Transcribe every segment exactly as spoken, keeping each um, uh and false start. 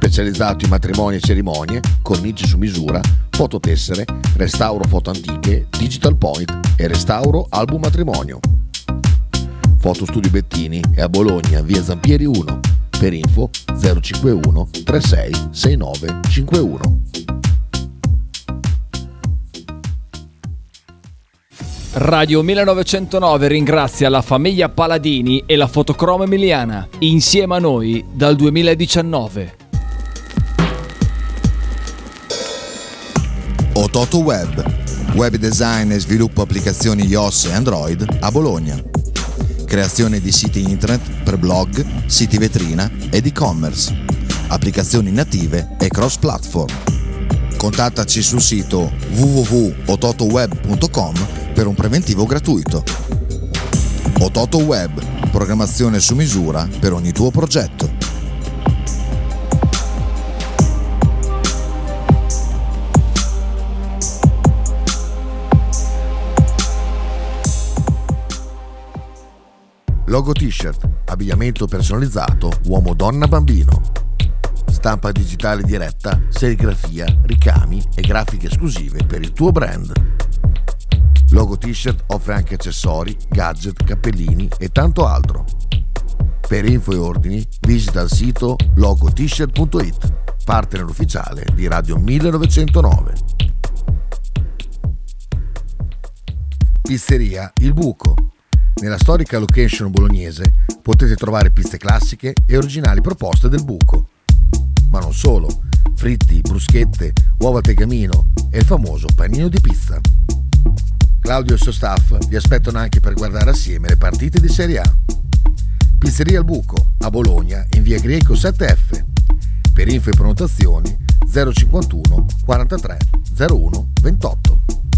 specializzato in matrimoni e cerimonie, cornici su misura, fototessere, restauro foto antiche, digital point e restauro album matrimonio. Fotostudio Bettini è a Bologna, via Zampieri uno. Per info zero cinquantuno trentasei sessantanove cinquantuno. Radio millenovecentonove ringrazia la famiglia Paladini e la Fotocromo Emiliana, insieme a noi dal duemiladiciannove. Ototo Web, web design e sviluppo applicazioni iOS e Android a Bologna. Creazione di siti internet per blog, siti vetrina ed e-commerce, applicazioni native e cross-platform. Contattaci sul sito w w w punto ototoweb punto com per un preventivo gratuito. Ototo Web, programmazione su misura per ogni tuo progetto. Logo T-shirt, abbigliamento personalizzato uomo, donna, bambino. Stampa digitale diretta, serigrafia, ricami e grafiche esclusive per il tuo brand. Logo T-shirt offre anche accessori, gadget, cappellini e tanto altro. Per info e ordini visita il sito logo t shirt punto it, partner ufficiale di Radio millenovecentonove. Pizzeria Il Buco. Nella storica location bolognese potete trovare piste classiche e originali proposte del buco. Ma non solo, fritti, bruschette, uova al tegamino e il famoso panino di pizza. Claudio e il suo staff vi aspettano anche per guardare assieme le partite di Serie A. Pizzeria Il Buco, a Bologna, in via Greco sette F. Per info e prenotazioni zero cinquantuno quarantatré zero uno ventotto.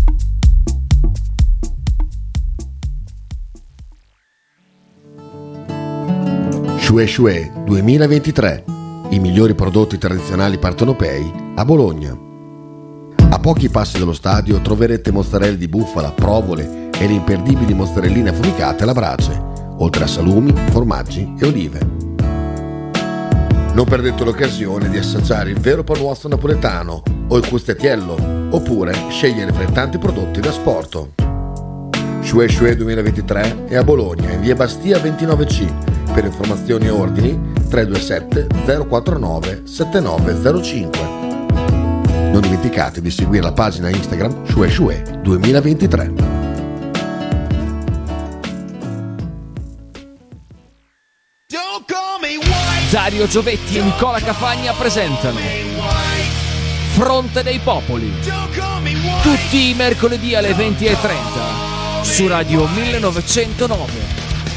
Shue Shue duemilaventitré, i migliori prodotti tradizionali partenopei a Bologna. A pochi passi dallo stadio troverete mozzarella di bufala, provole e le imperdibili mozzarelline affumicate alla brace, oltre a salumi, formaggi e olive. Non perdete l'occasione di assaggiare il vero panuozzo napoletano o il custettiello, oppure scegliere fra i tanti prodotti da sport. Shue Shue duemilaventitré è a Bologna, in via Bastia ventinove C. Per informazioni e ordini tre due sette zero quattro nove sette nove zero cinque. Non dimenticate di seguire la pagina Instagram Shue Shue duemilaventitré. Dario Giovetti e Nicola Cafagna presentano Fronte dei Popoli, tutti i mercoledì alle venti e trenta su Radio millenovecentonove.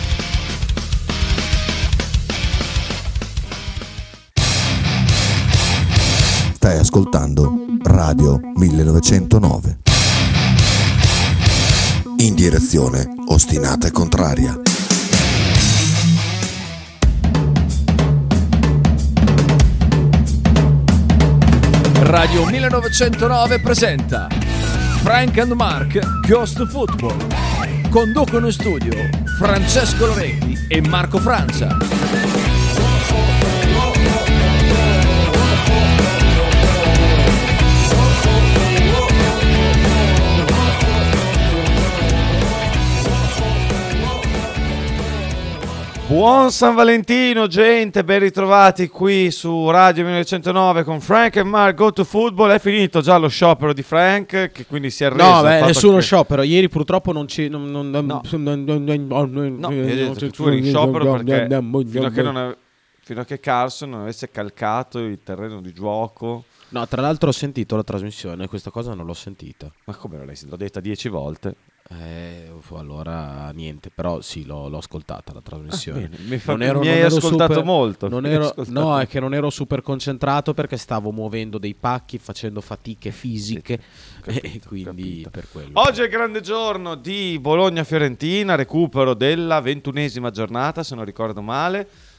Stai ascoltando Radio millenovecentonove. In direzione ostinata e contraria. Radio millenovecentonove presenta Frank and Mark Ghost Football. Conducono in studio Francesco Loretti e Marco Francia. Buon San Valentino, gente, ben ritrovati qui su Radio millenovecentonove con Frank e Mark Go to Football. È finito già lo sciopero di Frank, che quindi si è arreso. No, beh, nessuno che... sciopero. Ieri purtroppo non ci... Non, non, no, no, no, io ho detto che tu eri in sciopero perché fino a che, non ave... fino a che Carlson non avesse calcato il terreno di gioco. No, tra l'altro ho sentito la trasmissione, questa cosa non l'ho sentita. Ma come non l'hai sentita? L'ho detta dieci volte. Eh, allora niente, però sì, l'ho, l'ho ascoltata la trasmissione. Ah, mi fa, non ero, mi non hai ero ascoltato super, molto. Non ero, ascoltato. No, è che non ero super concentrato perché stavo muovendo dei pacchi, facendo fatiche fisiche, capito, e quindi capito. Per quello. Oggi è il grande giorno di Bologna-Fiorentina, recupero della ventunesima giornata, se non ricordo male.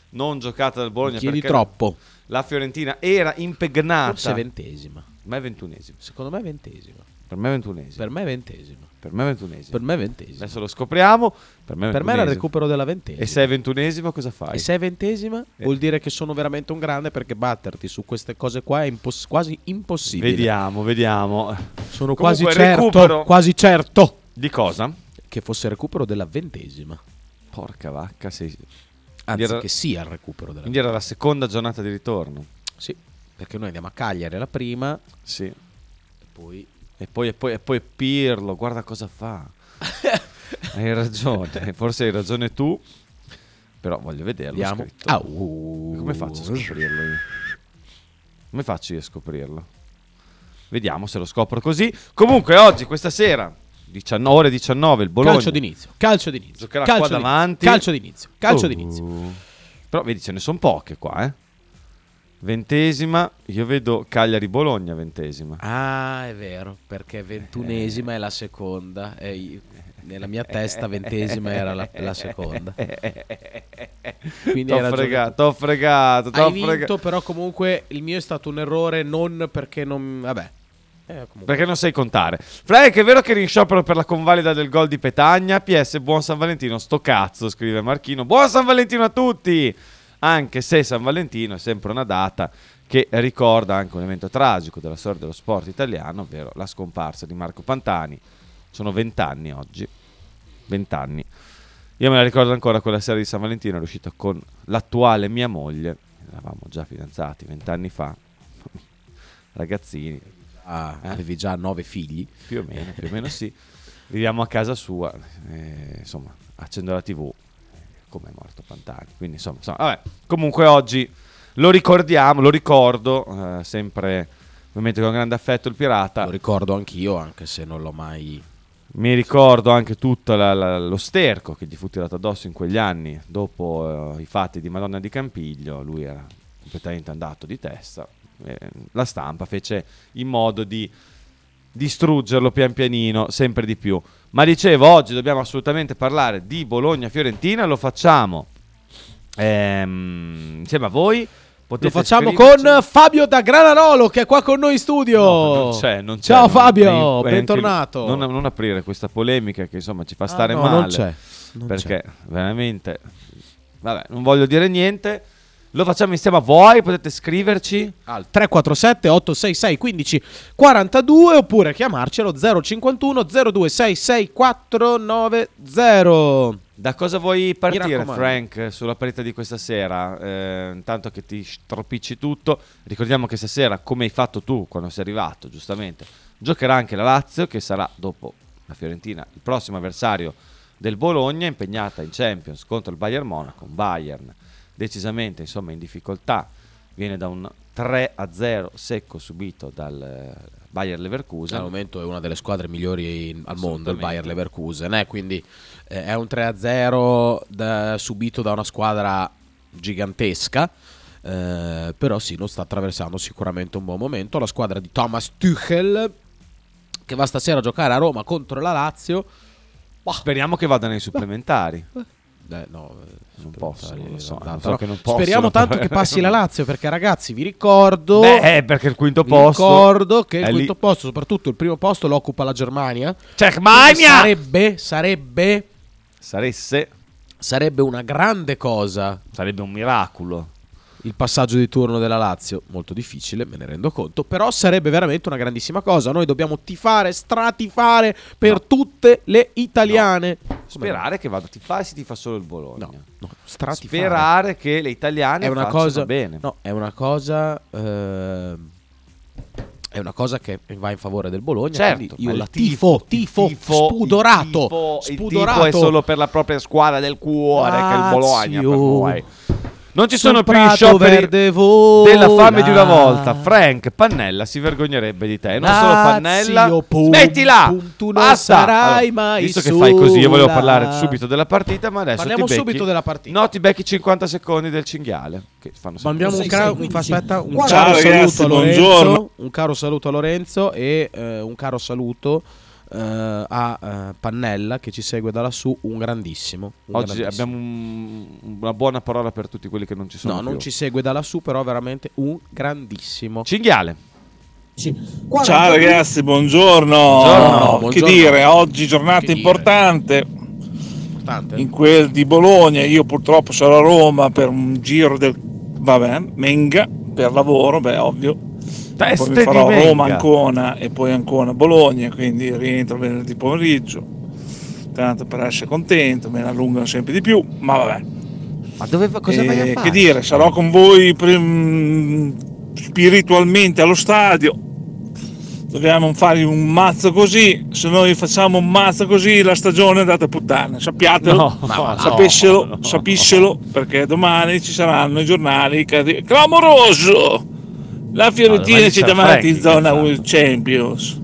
non giocata dal Bologna. Chiedi perché troppo. La Fiorentina era impegnata. Forse ventesima. Per me è ventunesima. Secondo me è ventesima. Per me è ventunesima. Per me è ventesima. Per me è ventunesima. Per me è ventesima. Adesso lo scopriamo. Per me è Per me era il recupero della ventesima. E se è ventunesima cosa fai? E se è ventesima Eh. vuol dire che sono veramente un grande, perché batterti su queste cose qua è impos- quasi impossibile. Vediamo, vediamo. Sono Comunque, quasi certo, recupero- quasi certo Di cosa? che fosse il recupero della ventesima. Porca vacca, sei... Anzi, era- che sia il recupero della Quindi era la seconda giornata di ritorno. Sì, perché noi andiamo a Cagliari la prima, Sì. e poi E poi, e poi, e poi Pirlo, guarda cosa fa. Hai ragione, forse hai ragione tu, però voglio vederlo andiamo. scritto. Ah, uh. Come faccio a scoprirlo io? Come faccio io a scoprirlo? Vediamo se lo scopro così. Comunque oggi, questa sera, diciannove ore diciannove, il Bologna Calcio d'inizio, calcio d'inizio. giocherà calcio qua d'inizio, davanti. Calcio d'inizio, calcio Uh. d'inizio. Però vedi, ce ne sono poche qua, eh. Ventesima, io vedo Cagliari-Bologna ventesima. Ah, è vero, perché ventunesima è la seconda. E io- nella mia testa ventesima era la, la seconda. Quindi T'ho hai ragione fregato, tu. t'ho fregato, t'ho Hai vinto, fregato. però comunque il mio è stato un errore, non perché non... Vabbè. Eh, comunque. Perché non sai contare. Frank, è vero che eri in sciopero per la convalida del gol di Petagna? P S, buon San Valentino. Sto cazzo, scrive Marchino. Buon San Valentino a tutti! Anche se San Valentino è sempre una data che ricorda anche un evento tragico della storia dello sport italiano, ovvero la scomparsa di Marco Pantani. Sono vent'anni oggi. Vent'anni. Io me la ricordo ancora quella sera di San Valentino, ero uscito con l'attuale mia moglie. Eravamo già fidanzati vent'anni fa. Ragazzini. Ah, Eh? avevi già nove figli. Più o meno, più o meno sì. Viviamo a casa sua, eh, insomma, accendo la tivù, eh, come è morto Pantani. Quindi insomma, insomma, vabbè. Comunque oggi lo ricordiamo, lo ricordo, eh, sempre ovviamente con grande affetto il pirata. Lo ricordo anch'io, anche se non l'ho mai... Mi ricordo anche tutto la- la- lo sterco che gli fu tirato addosso in quegli anni, dopo eh, i fatti di Madonna di Campiglio. Lui era completamente andato di testa. Eh, la stampa fece in modo di distruggerlo pian pianino, sempre di più. Ma dicevo, oggi dobbiamo assolutamente parlare di Bologna-Fiorentina, lo facciamo ehm, insieme a voi. Lo Potete facciamo scriverci- con Fabio da Granarolo, che è qua con noi in studio. No, non c'è, non c'è, Ciao non- Fabio, è- è anche- bentornato. Non, non aprire questa polemica che insomma ci fa Ah, stare no, male. non c'è, non perché veramente, vabbè, non voglio dire niente. Lo facciamo insieme a voi, potete scriverci. Al tre quattro sette otto sei sei uno cinque quattro due oppure chiamarci allo zero cinquantuno zero due sei sei quattro nove zero. Da cosa vuoi partire, raccomando. Frank, sulla partita di questa sera? Eh, intanto che ti stropicci tutto, ricordiamo che stasera, come hai fatto tu quando sei arrivato, giustamente, giocherà anche la Lazio, che sarà, dopo la Fiorentina, il prossimo avversario del Bologna, impegnata in Champions contro il Bayern Monaco. Un Bayern decisamente, insomma, in difficoltà, viene da un tre a zero secco subito dal eh, Bayer Leverkusen. Al momento è una delle squadre migliori in- al mondo, il Assolutamente. Bayer Leverkusen, eh? Quindi eh, è un tre a zero da- subito da una squadra gigantesca, eh, però sì, non sta attraversando sicuramente un buon momento. La squadra di Thomas Tuchel, che va stasera a giocare a Roma contro la Lazio. Speriamo che vada nei supplementari. Eh, no, eh, Non posso, non lo so, andata, non so no. che non possono, Speriamo tanto però- che passi la Lazio, perché ragazzi vi ricordo Beh, perché il quinto vi posto ricordo che è il lì. quinto posto, soprattutto il primo posto, lo occupa la Germania. Quindi Germania! sarebbe sarebbe Saresse, sarebbe una grande cosa sarebbe un miracolo. il passaggio di turno della Lazio, molto difficile, me ne rendo conto, però sarebbe veramente una grandissima cosa. Noi dobbiamo tifare, stratifare per No. tutte le italiane. Come Sperare che vada a tifare, si tifa solo il Bologna. no? No, no, stratifare. Sperare che le italiane è una facciano cosa bene. No, è una cosa eh, è una cosa che va in favore del Bologna, Certo, quindi ma io il la tifo, tifo, tifo, spudorato, il tifo, il spudorato. tifo è solo per la propria squadra del cuore, che è il Bologna per Lazio. noi. Non ci sono Sul più i prato scioperi verde vola. della fame di una volta. Frank Pannella si vergognerebbe di te. Non solo Pannella. Lazio, pum, Smettila! pum, tu non Basta! sarai mai visto che fai così, io volevo sola. parlare subito della partita, ma adesso Parliamo ti becchi, subito della partita. No, ti becchi cinquanta secondi del cinghiale. Che fanno sempre Mandiamo un, così. caro, un, aspetta, un Ciao, caro ragazzi, saluto a Lorenzo, buongiorno. un caro saluto a Lorenzo e eh, un caro saluto eh, a eh, Pannella che ci segue da lassù, un grandissimo. Un Oggi grandissimo. abbiamo un- una buona parola per tutti quelli che non ci sono No, più. non ci segue da lassù, però veramente un grandissimo. Cinghiale. Ciao ragazzi, buongiorno. Buongiorno, Che buongiorno. dire, oggi giornata Che dire. importante Importante. in quel di Bologna. Io purtroppo sarò a Roma per un giro del vabbè, Menga per lavoro, beh, ovvio. Poi Teste mi di farò Menga. Roma, Ancona e poi Ancona Bologna, quindi rientro venerdì pomeriggio. Tanto per essere contento, me ne allungano sempre di più, ma vabbè. Ma dove va- cosa vai a Eh, fare? Che dire, sarò con voi prim- spiritualmente allo stadio. Dobbiamo fare un mazzo così. Se noi facciamo un mazzo così, la stagione è andata a puttana. Sappiatelo, No, no, sapesselo, no, no. sapisselo, perché domani ci saranno i giornali. cadi- Clamoroso! La Fiorentina domani ci c'è davanti in Franchi, zona cazzato. World Champions.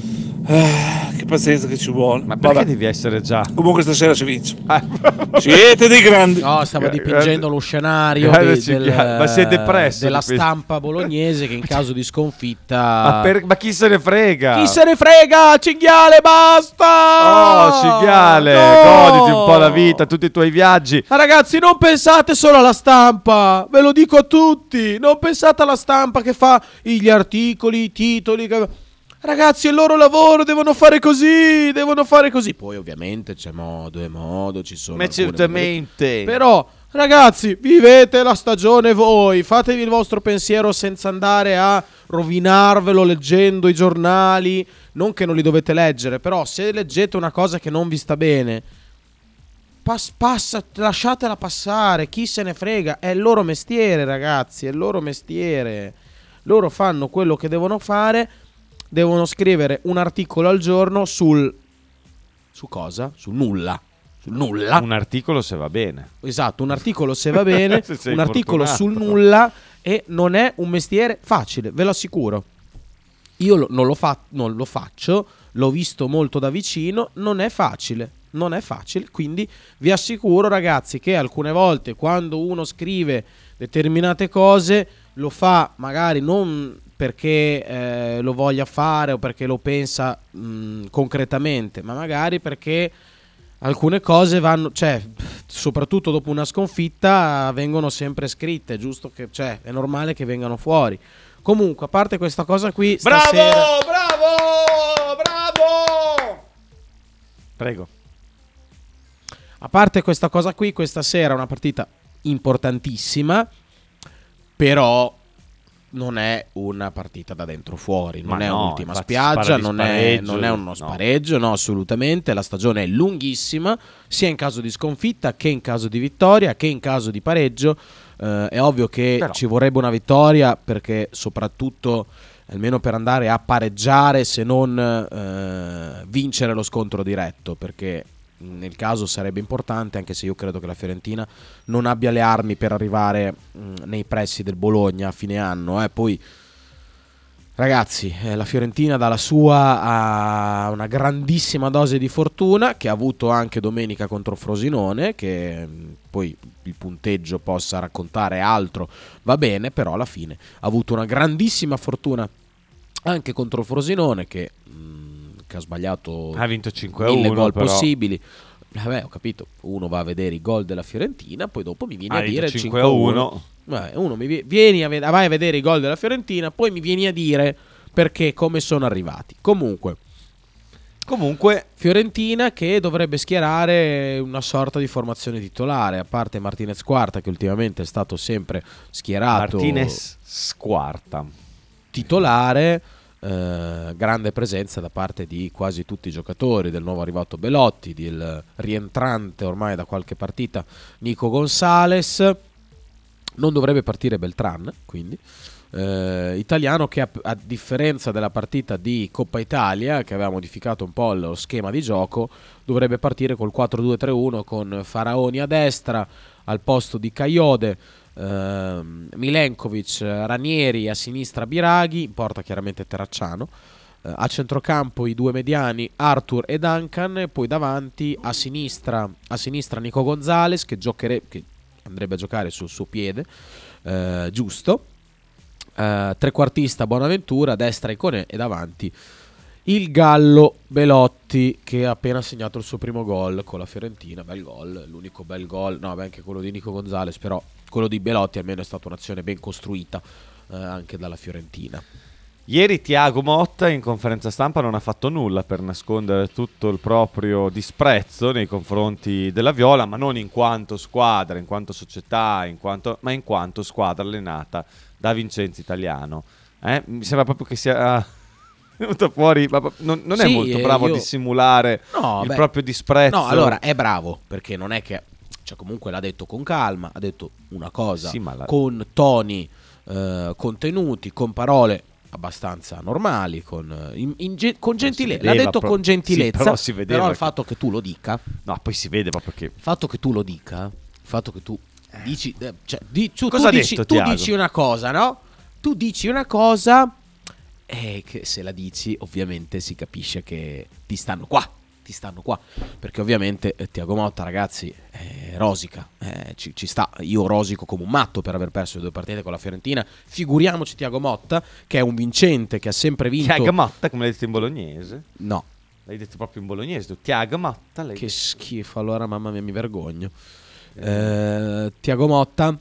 Ah, che pazienza che ci vuole. Ma perché Vabbè. devi essere già? Comunque stasera si vince. Ah, Siete dei grandi. No, stava Grande- dipingendo lo scenario grande de- del- cinghiale. Ma si è depresso, della dipende. stampa bolognese che in caso di sconfitta... ma, per- ma chi se ne frega? Chi se ne frega? Cinghiale, basta! Oh, cinghiale, No! goditi un po' la vita, tutti i tuoi viaggi. Ma ragazzi, non pensate solo alla stampa, ve lo dico a tutti. Non pensate alla stampa che fa gli articoli, i titoli. che- Ragazzi, è il loro lavoro, devono fare così, devono fare così. Poi ovviamente c'è modo e modo, ci sono Ma alcune certamente. Però, ragazzi, vivete la stagione voi, fatevi il vostro pensiero senza andare a rovinarvelo leggendo i giornali. Non che non li dovete leggere, però se leggete una cosa che non vi sta bene, pas- passa, lasciatela passare, chi se ne frega, è il loro mestiere, ragazzi, è il loro mestiere. Loro fanno quello che devono fare, devono scrivere un articolo al giorno sul... su cosa? Sul nulla. Sul nulla. Un articolo se va bene. Esatto, un articolo se va bene, Se sei un articolo fortunato. sul nulla, e non è un mestiere facile, ve lo assicuro. Io lo- non, lo fa- non lo faccio, l'ho visto molto da vicino, non è facile, non è facile, quindi vi assicuro ragazzi che alcune volte quando uno scrive determinate cose lo fa magari non perché eh, lo voglia fare o perché lo pensa mh, concretamente, ma magari perché alcune cose vanno, cioè, soprattutto dopo una sconfitta, vengono sempre scritte, giusto che, cioè, è normale che vengano fuori. Comunque, a parte questa cosa qui, stasera... bravo, bravo. Prego. A parte questa cosa qui, questa sera è una partita importantissima, però non è una partita da dentro fuori, non Ma è no, un'ultima infatti spiaggia, si parla di non è, spareggio, non è uno no. spareggio, no, assolutamente. La stagione è lunghissima, sia in caso di sconfitta che in caso di vittoria, che in caso di pareggio. Eh, è ovvio che Però. ci vorrebbe una vittoria, perché soprattutto almeno per andare a pareggiare, se non eh, vincere lo scontro diretto, perché nel caso sarebbe importante, anche se io credo che la Fiorentina non abbia le armi per arrivare mh, nei pressi del Bologna a fine anno. Eh. Poi, ragazzi, eh, la Fiorentina dalla sua ha una grandissima dose di fortuna, che ha avuto anche domenica contro Frosinone, che mh, poi il punteggio possa raccontare altro, va bene, però alla fine ha avuto una grandissima fortuna anche contro Frosinone, che... mh, che ha sbagliato Ha vinto cinque a mille uno, gol però. possibili. Vabbè, ho capito. Uno va a vedere i gol della Fiorentina, poi dopo mi vieni Ha a vinto dire cinque cinque a a uno. uno. Vabbè, uno mi vi- vieni a ved- vai a vedere i gol della Fiorentina, poi mi vieni a dire perché, come sono arrivati. Comunque, Comunque, Fiorentina che dovrebbe schierare una sorta di formazione titolare, a parte Martinez Quarta, che ultimamente è stato sempre schierato Martinez squarta. titolare. Eh, grande presenza da parte di quasi tutti i giocatori, del nuovo arrivato Belotti, del rientrante ormai da qualche partita Nico Gonzalez. Non dovrebbe partire Beltran, quindi eh, italiano che a, a differenza della partita di Coppa Italia, che aveva modificato un po' lo schema di gioco, dovrebbe partire col quattro due tre uno con Faraoni a destra al posto di Caiode, Uh, Milenkovic, Ranieri, a sinistra Biraghi, in porta chiaramente Terracciano, uh, a centrocampo i due mediani Arthur e Duncan, e poi davanti a sinistra, a sinistra Nico Gonzalez che, giochere- che andrebbe a giocare sul suo piede uh, giusto, uh, trequartista Bonaventura, a destra Iconè e davanti il Gallo Belotti, che ha appena segnato il suo primo gol con la Fiorentina. Bel gol, l'unico bel gol, no beh, anche quello di Nico Gonzalez, però quello di Belotti almeno è stata un'azione ben costruita eh, anche dalla Fiorentina. Ieri Thiago Motta in conferenza stampa non ha fatto nulla per nascondere tutto il proprio disprezzo nei confronti della Viola, ma non in quanto squadra, in quanto società, in quanto, ma in quanto squadra allenata da Vincenzo Italiano. Eh? Mi sembra proprio che sia venuto fuori, ma non, non è Sì, molto eh, bravo io- a dissimulare No, il beh, proprio disprezzo. No, allora è bravo, perché non è che, cioè, comunque l'ha detto con calma, ha detto una cosa Sì, ma la- con toni eh, contenuti, con parole abbastanza normali, con, eh, in- in ge- con si gentilezza. L'ha vedeva detto pro- con gentilezza, sì, però si vedeva però il che- fatto che tu lo dica, No, poi si vede proprio che... il fatto che tu lo dica, il fatto che tu dici, eh, cioè, di- tu, Cosa tu ha dici, detto tu Thiago? dici una cosa, no? Tu dici una cosa e che se la dici ovviamente si capisce che ti stanno qua, ti stanno qua, perché ovviamente eh, Thiago Motta, ragazzi, eh, rosica, eh, ci, ci sta, io rosico come un matto per aver perso le due partite con la Fiorentina, figuriamoci Thiago Motta che è un vincente, che ha sempre vinto. Thiago Motta, come l'hai detto in bolognese? No, L'hai detto proprio in bolognese, tu. Thiago Motta. L'hai che detto. schifo, allora mamma mia mi vergogno. Eh, Thiago Motta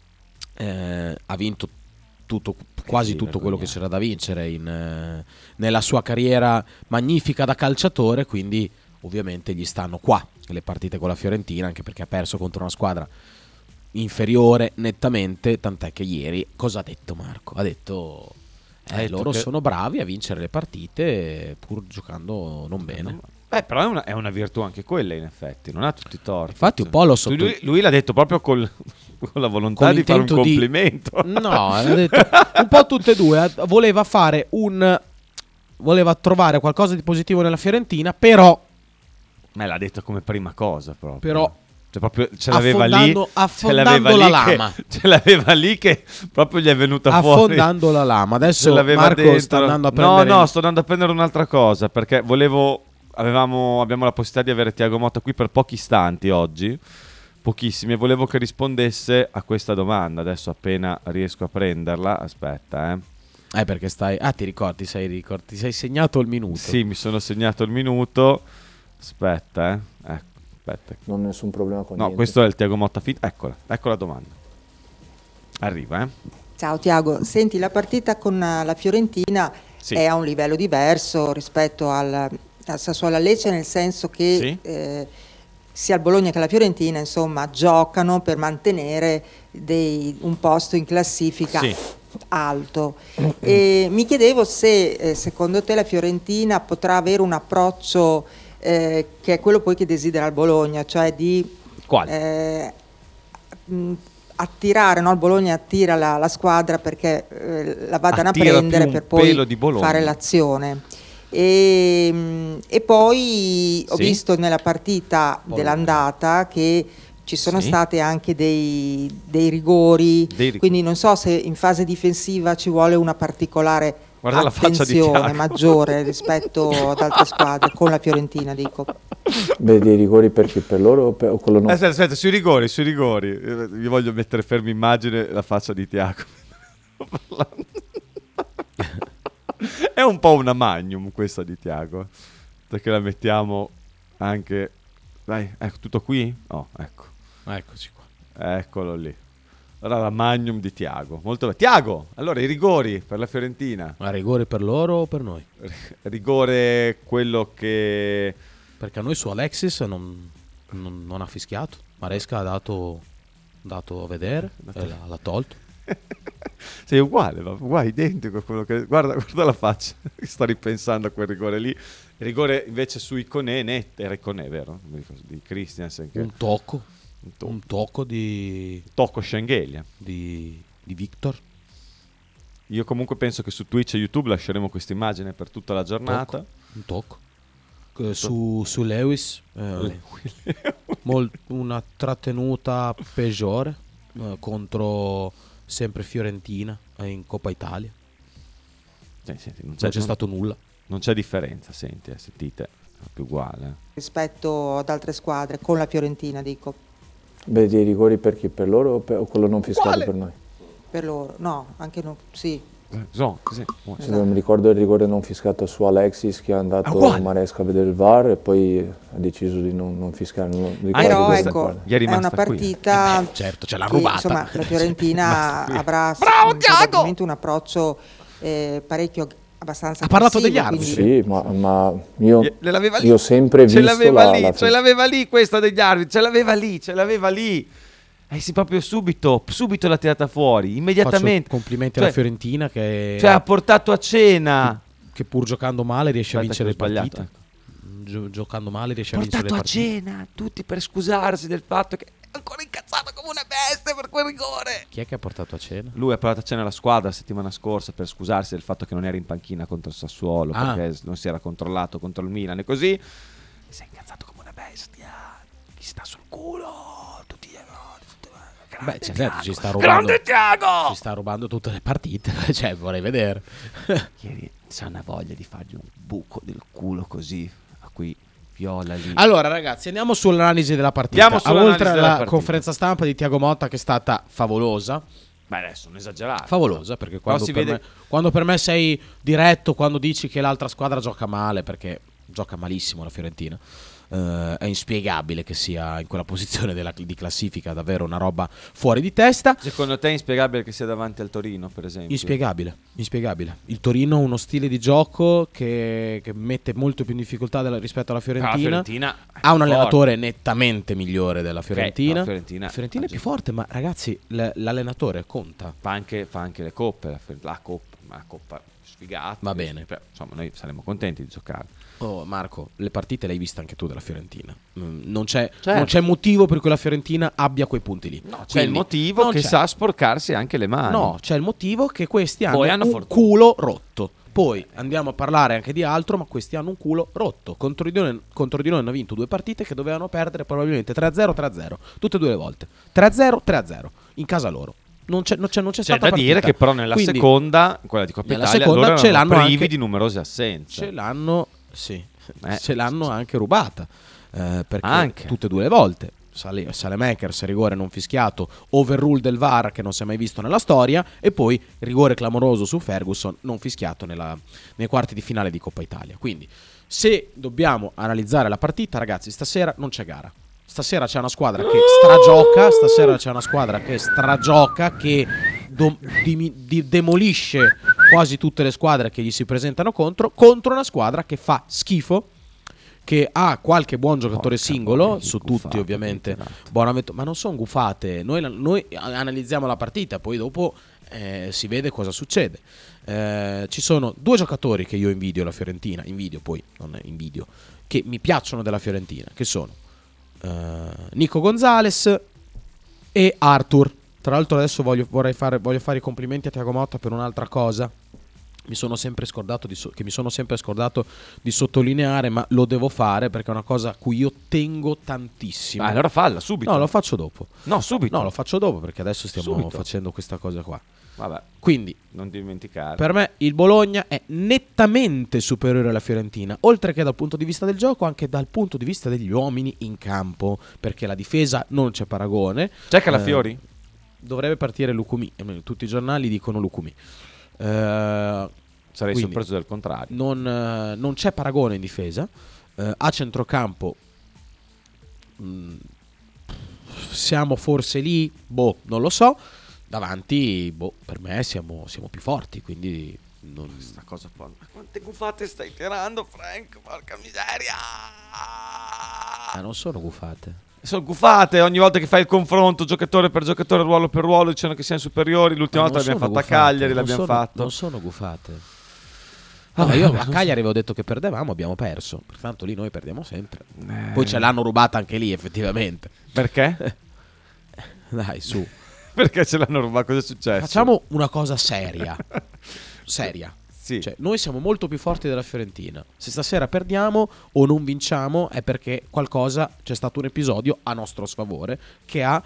eh, ha vinto tutto, quasi sì, tutto quello che vergognato. c'era da vincere in, eh, nella sua carriera magnifica da calciatore, quindi ovviamente gli stanno qua le partite con la Fiorentina, anche perché ha perso contro una squadra inferiore nettamente, tant'è che ieri cosa ha detto Marco? Ha detto Ha eh, detto loro che- sono bravi a vincere le partite pur giocando non bene. Beh, però è una, è una virtù anche quella, in effetti, non ha tutti i torti. Infatti un po' lo sotto- lui, lui l'ha detto proprio col- con la volontà Con di fare un l'intento di- complimento. No, ha detto un po' tutte e due. eh, Voleva fare un. Voleva trovare qualcosa di positivo nella Fiorentina, però. Ma l'ha detto come prima cosa proprio. Però. Cioè, proprio ce l'aveva lì. Affondando- ce affondando l'aveva la lì che- lama. ce l'aveva lì che proprio gli è venuta fuori. Affondando la lama. Ce Adesso l'aveva Marco dentro. sta andando a No, prendere. no, sto andando a prendere un'altra cosa. Perché volevo. Avevamo, abbiamo la possibilità di avere Thiago Motta qui per pochi istanti oggi. Pochissimi. E volevo che rispondesse a questa domanda. Adesso appena riesco a prenderla. Aspetta, eh. Eh, perché stai. Ah, ti ricordi, sei, ricordi, ti sei segnato il minuto. Sì, mi sono segnato il minuto. Aspetta, eh. Ecco, aspetta. Non ho nessun problema con No, niente. questo è il Thiago Motta Fit. Eccola, ecco la domanda. Arriva, eh. Ciao Tiago, senti, la partita con eh, la Fiorentina Sì. è a un livello diverso rispetto al, al Sassuolo Lecce, nel senso che Sì. eh, sia il Bologna che la Fiorentina, insomma, giocano per mantenere dei- un posto in classifica Sì. alto. E mi chiedevo se eh, secondo te la Fiorentina potrà avere un approccio eh, che è quello poi che desidera il Bologna, cioè di Quale? eh, mh, attirare, no? Il Bologna attira la, la squadra perché eh, la vadano Attira a prendere più un per poi pelo di Bologna. fare l'azione. E, mh, e poi ho Sì. visto nella partita dell'andata che ci sono Sì. state anche dei, dei rigori, Dei rig- quindi non so se in fase difensiva ci vuole una particolare Guarda la faccia di attenzione Thiago. maggiore rispetto ad altre squadre, con la Fiorentina dico. Beh, dei rigori per chi? Per loro o, per, o quello no? Aspetta, aspetta, sui rigori, sui rigori. Eh, Io voglio mettere ferma immagine la faccia di Thiago. È un po' una magnum questa di Thiago. Perché la mettiamo anche... Dai, ecco, tutto qui? Oh, ecco. Eccoci qua. Eccolo lì. Allora la magnum di Thiago. Molto bene. Thiago, allora i rigori per la Fiorentina. Ma rigore per loro o per noi? Rigore quello che... Perché a noi su Alexis non, non- non ha fischiato. Maresca ha dato, dato a vedere, e l'ha, l'ha tolto. Sei uguale, ma uguale, identico a quello che... Guarda, guarda la faccia. Sto ripensando a quel rigore lì. Il rigore invece su Iconè, net, era Iconè, vero? Non mi ricordo, di Christiansen. Che... Un tocco. Un to- Un tocco di, tocco Schengelia. di, di Victor. Io comunque penso che su Twitch e YouTube lasceremo questa immagine per tutta la giornata. Un tocco. Eh, Su, su Lewis. eh, mol- una trattenuta peggiore eh, contro sempre Fiorentina eh, in Coppa Italia. Sì, senti, non, Non c'è stato nulla. non c'è differenza, senti, eh, sentite, è più uguale. eh. Rispetto ad altre squadre, con la Fiorentina dico, Beh, dei rigori per chi? Per loro o, per, o quello non fiscato per noi? per loro, no, anche no, sì, So, così. Sì, mi ricordo il rigore non fiscato su Alexis che è andato uguale. a Maresca a vedere il V A R e poi ha deciso di non, non fiscare. Non ricordo Però cosa ecco, guarda. Gli è è una rimasta qui. partita Eh beh, certo, ce l'ha che, rubata. insomma, la Fiorentina avrà Bravo, mm, Thiago! probabilmente un approccio eh, parecchio abbastanza Ha parlato aggressivo, degli arbitri. quindi- Sì, ma, ma io, L'aveva lì. io ho sempre Ce visto l'aveva la, lì, la ce l'aveva lì questa degli arbitri, ce l'aveva lì, ce l'aveva lì. E si proprio subito, subito l'ha tirata fuori, immediatamente. Faccio complimenti Cioè- alla Fiorentina che, Cioè ha portato a cena. che pur giocando male riesce a Aspetta vincere che le ho sbagliato, partite. Gio- giocando male riesce a vincere le Portato a partite. cena, tutti per scusarsi del fatto che è ancora incazzato come una bestia per quel rigore. Chi è che ha portato a cena? Lui ha portato a cena la squadra la settimana scorsa per scusarsi del fatto che non era in panchina contro il Sassuolo, Ah. perché non si era controllato contro il Milan e così. Si è incazzato come una bestia. Gli sta sul culo. Tutti gli errori. tutti- Grande Beh, certo, Thiago. ci sta rubando. Grande Thiago! Ci sta rubando tutte le partite. Cioè, vorrei vedere. Ieri c'ha una voglia di fargli un buco del culo così. A cui viola lì. Allora, ragazzi, andiamo sull'analisi della partita. Andiamo sull'analisi Oltre della alla partita. conferenza stampa di Thiago Motta, che è stata favolosa. Beh, adesso non esagerare. Favolosa, perché quando si per, vede- me, quando per me sei diretto, quando dici che l'altra squadra gioca male, perché gioca malissimo la Fiorentina, eh, è inspiegabile che sia in quella posizione della, di classifica, davvero una roba fuori di testa. Secondo te è inspiegabile che sia davanti al Torino, per esempio? Inspiegabile, inspiegabile. Il Torino ha uno stile di gioco che, che mette molto più in difficoltà della- rispetto alla Ah, la Fiorentina. Fiorentina Ha un è allenatore nettamente migliore della Fiorentina. la Fiorentina- La Fiorentina è più forte, ma ragazzi, l- l'allenatore conta. Fa anche, fa anche le coppe, la, Fior- la coppa, ma la coppa sfigata. Va bene. Però, insomma, noi saremo contenti di giocare. Oh, Marco, le partite le hai viste anche tu della Fiorentina. Mm, Non c'è, Certo. non c'è motivo per cui la Fiorentina abbia quei punti lì. No, c'è Quindi, il motivo non che c'è. sa sporcarsi anche le mani. No, c'è il motivo che questi hanno, Poi hanno un fortuna. culo rotto. Poi andiamo a parlare anche di altro, ma questi hanno un culo rotto. Contro di noi, contro di noi hanno vinto due partite che dovevano perdere probabilmente tre a zero, tre a zero. Tutte e due le volte. tre a zero, tre a zero. In casa loro. Non c'è, non c'è, non c'è, C'è stata da dire partita. che però nella Quindi, seconda, quella di Coppa nella Italia, seconda loro ce erano l'hanno privi anche- di numerose assenze. Ce l'hanno, sì, Eh, ce l'hanno anche rubata. eh, perché Anche. tutte e due le volte. Sale, Salemakers, rigore non fischiato, overrule del V A R che non si è mai visto nella storia, e poi rigore clamoroso su Ferguson non fischiato nella- nei quarti di finale di Coppa Italia. Quindi, se dobbiamo analizzare la partita, ragazzi, stasera non c'è gara. Stasera c'è una squadra che stragioca, stasera c'è una squadra che stragioca, che do- dimi- di- demolisce quasi tutte le squadre che gli si presentano contro, contro una squadra che fa schifo, che ha qualche buon giocatore Porca singolo, boia, che su gufate, tutti ovviamente, che Bonaventura, ma non sono gufate, noi, la- noi analizziamo la partita, poi dopo eh, si vede cosa succede. Eh, ci sono due giocatori che io invidio la Fiorentina, invidio poi, non è invidio, che mi piacciono della Fiorentina, che sono eh, Nico Gonzalez e Arthur. Tra l'altro adesso voglio, vorrei fare, voglio fare i complimenti a Thiago Motta per un'altra cosa. Mi sono sempre scordato di so- che mi sono sempre scordato di sottolineare, ma lo devo fare perché è una cosa a cui io tengo tantissimo. Ah, allora falla subito. No, lo faccio dopo. No, subito. No, lo faccio dopo perché adesso stiamo Subito. facendo questa cosa qua. Vabbè, Quindi, non dimenticare. per me il Bologna è nettamente superiore alla Fiorentina, oltre che dal punto di vista del gioco, anche dal punto di vista degli uomini in campo, perché la difesa non c'è paragone. C'è che la Eh, Fiori? Dovrebbe partire Lucumi, eh, tutti i giornali dicono Lucumi. Eh, Sarei quindi, sorpreso del contrario. non, eh, non c'è paragone in difesa. Eh, a centrocampo mh, siamo forse lì, boh, non lo so. Davanti, boh, per me siamo, siamo più forti, quindi non... Questa cosa qua. Ma quante gufate stai tirando, Frank? Porca miseria! Ah, non sono gufate. Sono gufate ogni volta che fai il confronto giocatore per giocatore, ruolo per ruolo, dicendo che siamo superiori. L'ultima Ma volta non l'abbiamo sono fatta a gufate, Cagliari, non l'abbiamo sono- fatto. Non sono gufate. No, io a Cagliari avevo detto che perdevamo, abbiamo perso. Pertanto lì noi perdiamo sempre. Eh. Poi ce l'hanno rubata anche lì, effettivamente. Perché? Dai, su. Perché ce l'hanno rubato? Cosa è successo? Facciamo una cosa seria. Seria. Sì. Cioè, noi siamo molto più forti della Fiorentina. Se stasera perdiamo o non vinciamo è perché qualcosa, c'è stato un episodio a nostro sfavore che ha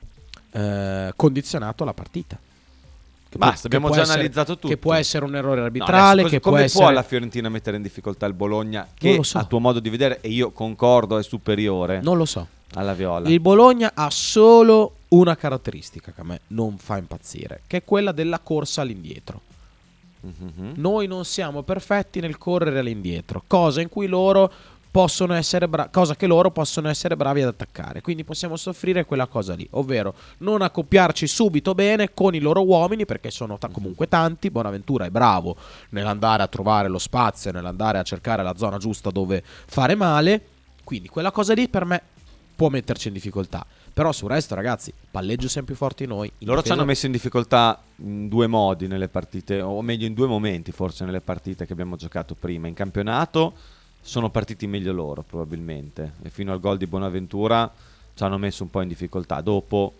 eh, condizionato la partita. Che può- Basta, che abbiamo può già essere- analizzato tutto. Che può essere un errore No, arbitrale, adesso, che come può essere... la Fiorentina mettere in difficoltà il Bologna, Non che lo so. a tuo modo di vedere, e io concordo, è superiore Non lo so. alla Viola? Il Bologna ha solo una caratteristica che a me non fa impazzire, che è quella della corsa all'indietro. Mhm. Noi non siamo perfetti nel correre all'indietro, cosa in cui loro possono essere bra- cosa che loro possono essere bravi ad attaccare. Quindi possiamo soffrire quella cosa lì, ovvero non accoppiarci subito bene con i loro uomini, perché sono ta- comunque tanti. Bonaventura è bravo nell'andare a trovare lo spazio, nell'andare a cercare la zona giusta dove fare male. Quindi quella cosa lì per me può metterci in difficoltà. Però sul resto, ragazzi, palleggio siamo più forti noi. In Loro ci difesa- hanno messo in difficoltà in due modi nelle partite, o meglio in due momenti forse nelle partite che abbiamo giocato prima. In campionato sono partiti meglio loro probabilmente, e fino al gol di Bonaventura ci hanno messo un po' in difficoltà. Dopo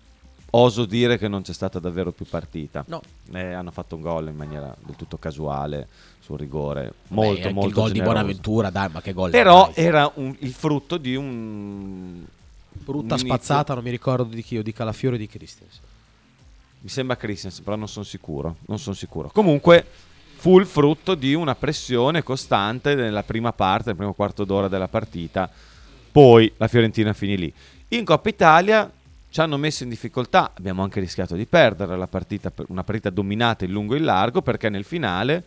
oso dire che non c'è stata davvero più partita. No. Eh, hanno fatto un gol in maniera del tutto casuale sul rigore, Beh, molto anche molto il gol di generoso. Bonaventura, dai, ma che gol. Però dai. era un- il frutto di un Brutta un inizio- spazzata, non mi ricordo di chi, o di Calafiore o di Christensen. Mi sembra Christensen, però non sono sicuro. Non sono sicuro. Comunque fu il frutto di una pressione costante nella prima parte, nel primo quarto d'ora della partita. Poi la Fiorentina finì lì. In Coppa Italia ci hanno messo in difficoltà. Abbiamo anche rischiato di perdere la partita, una partita dominata in lungo e in largo, perché nel finale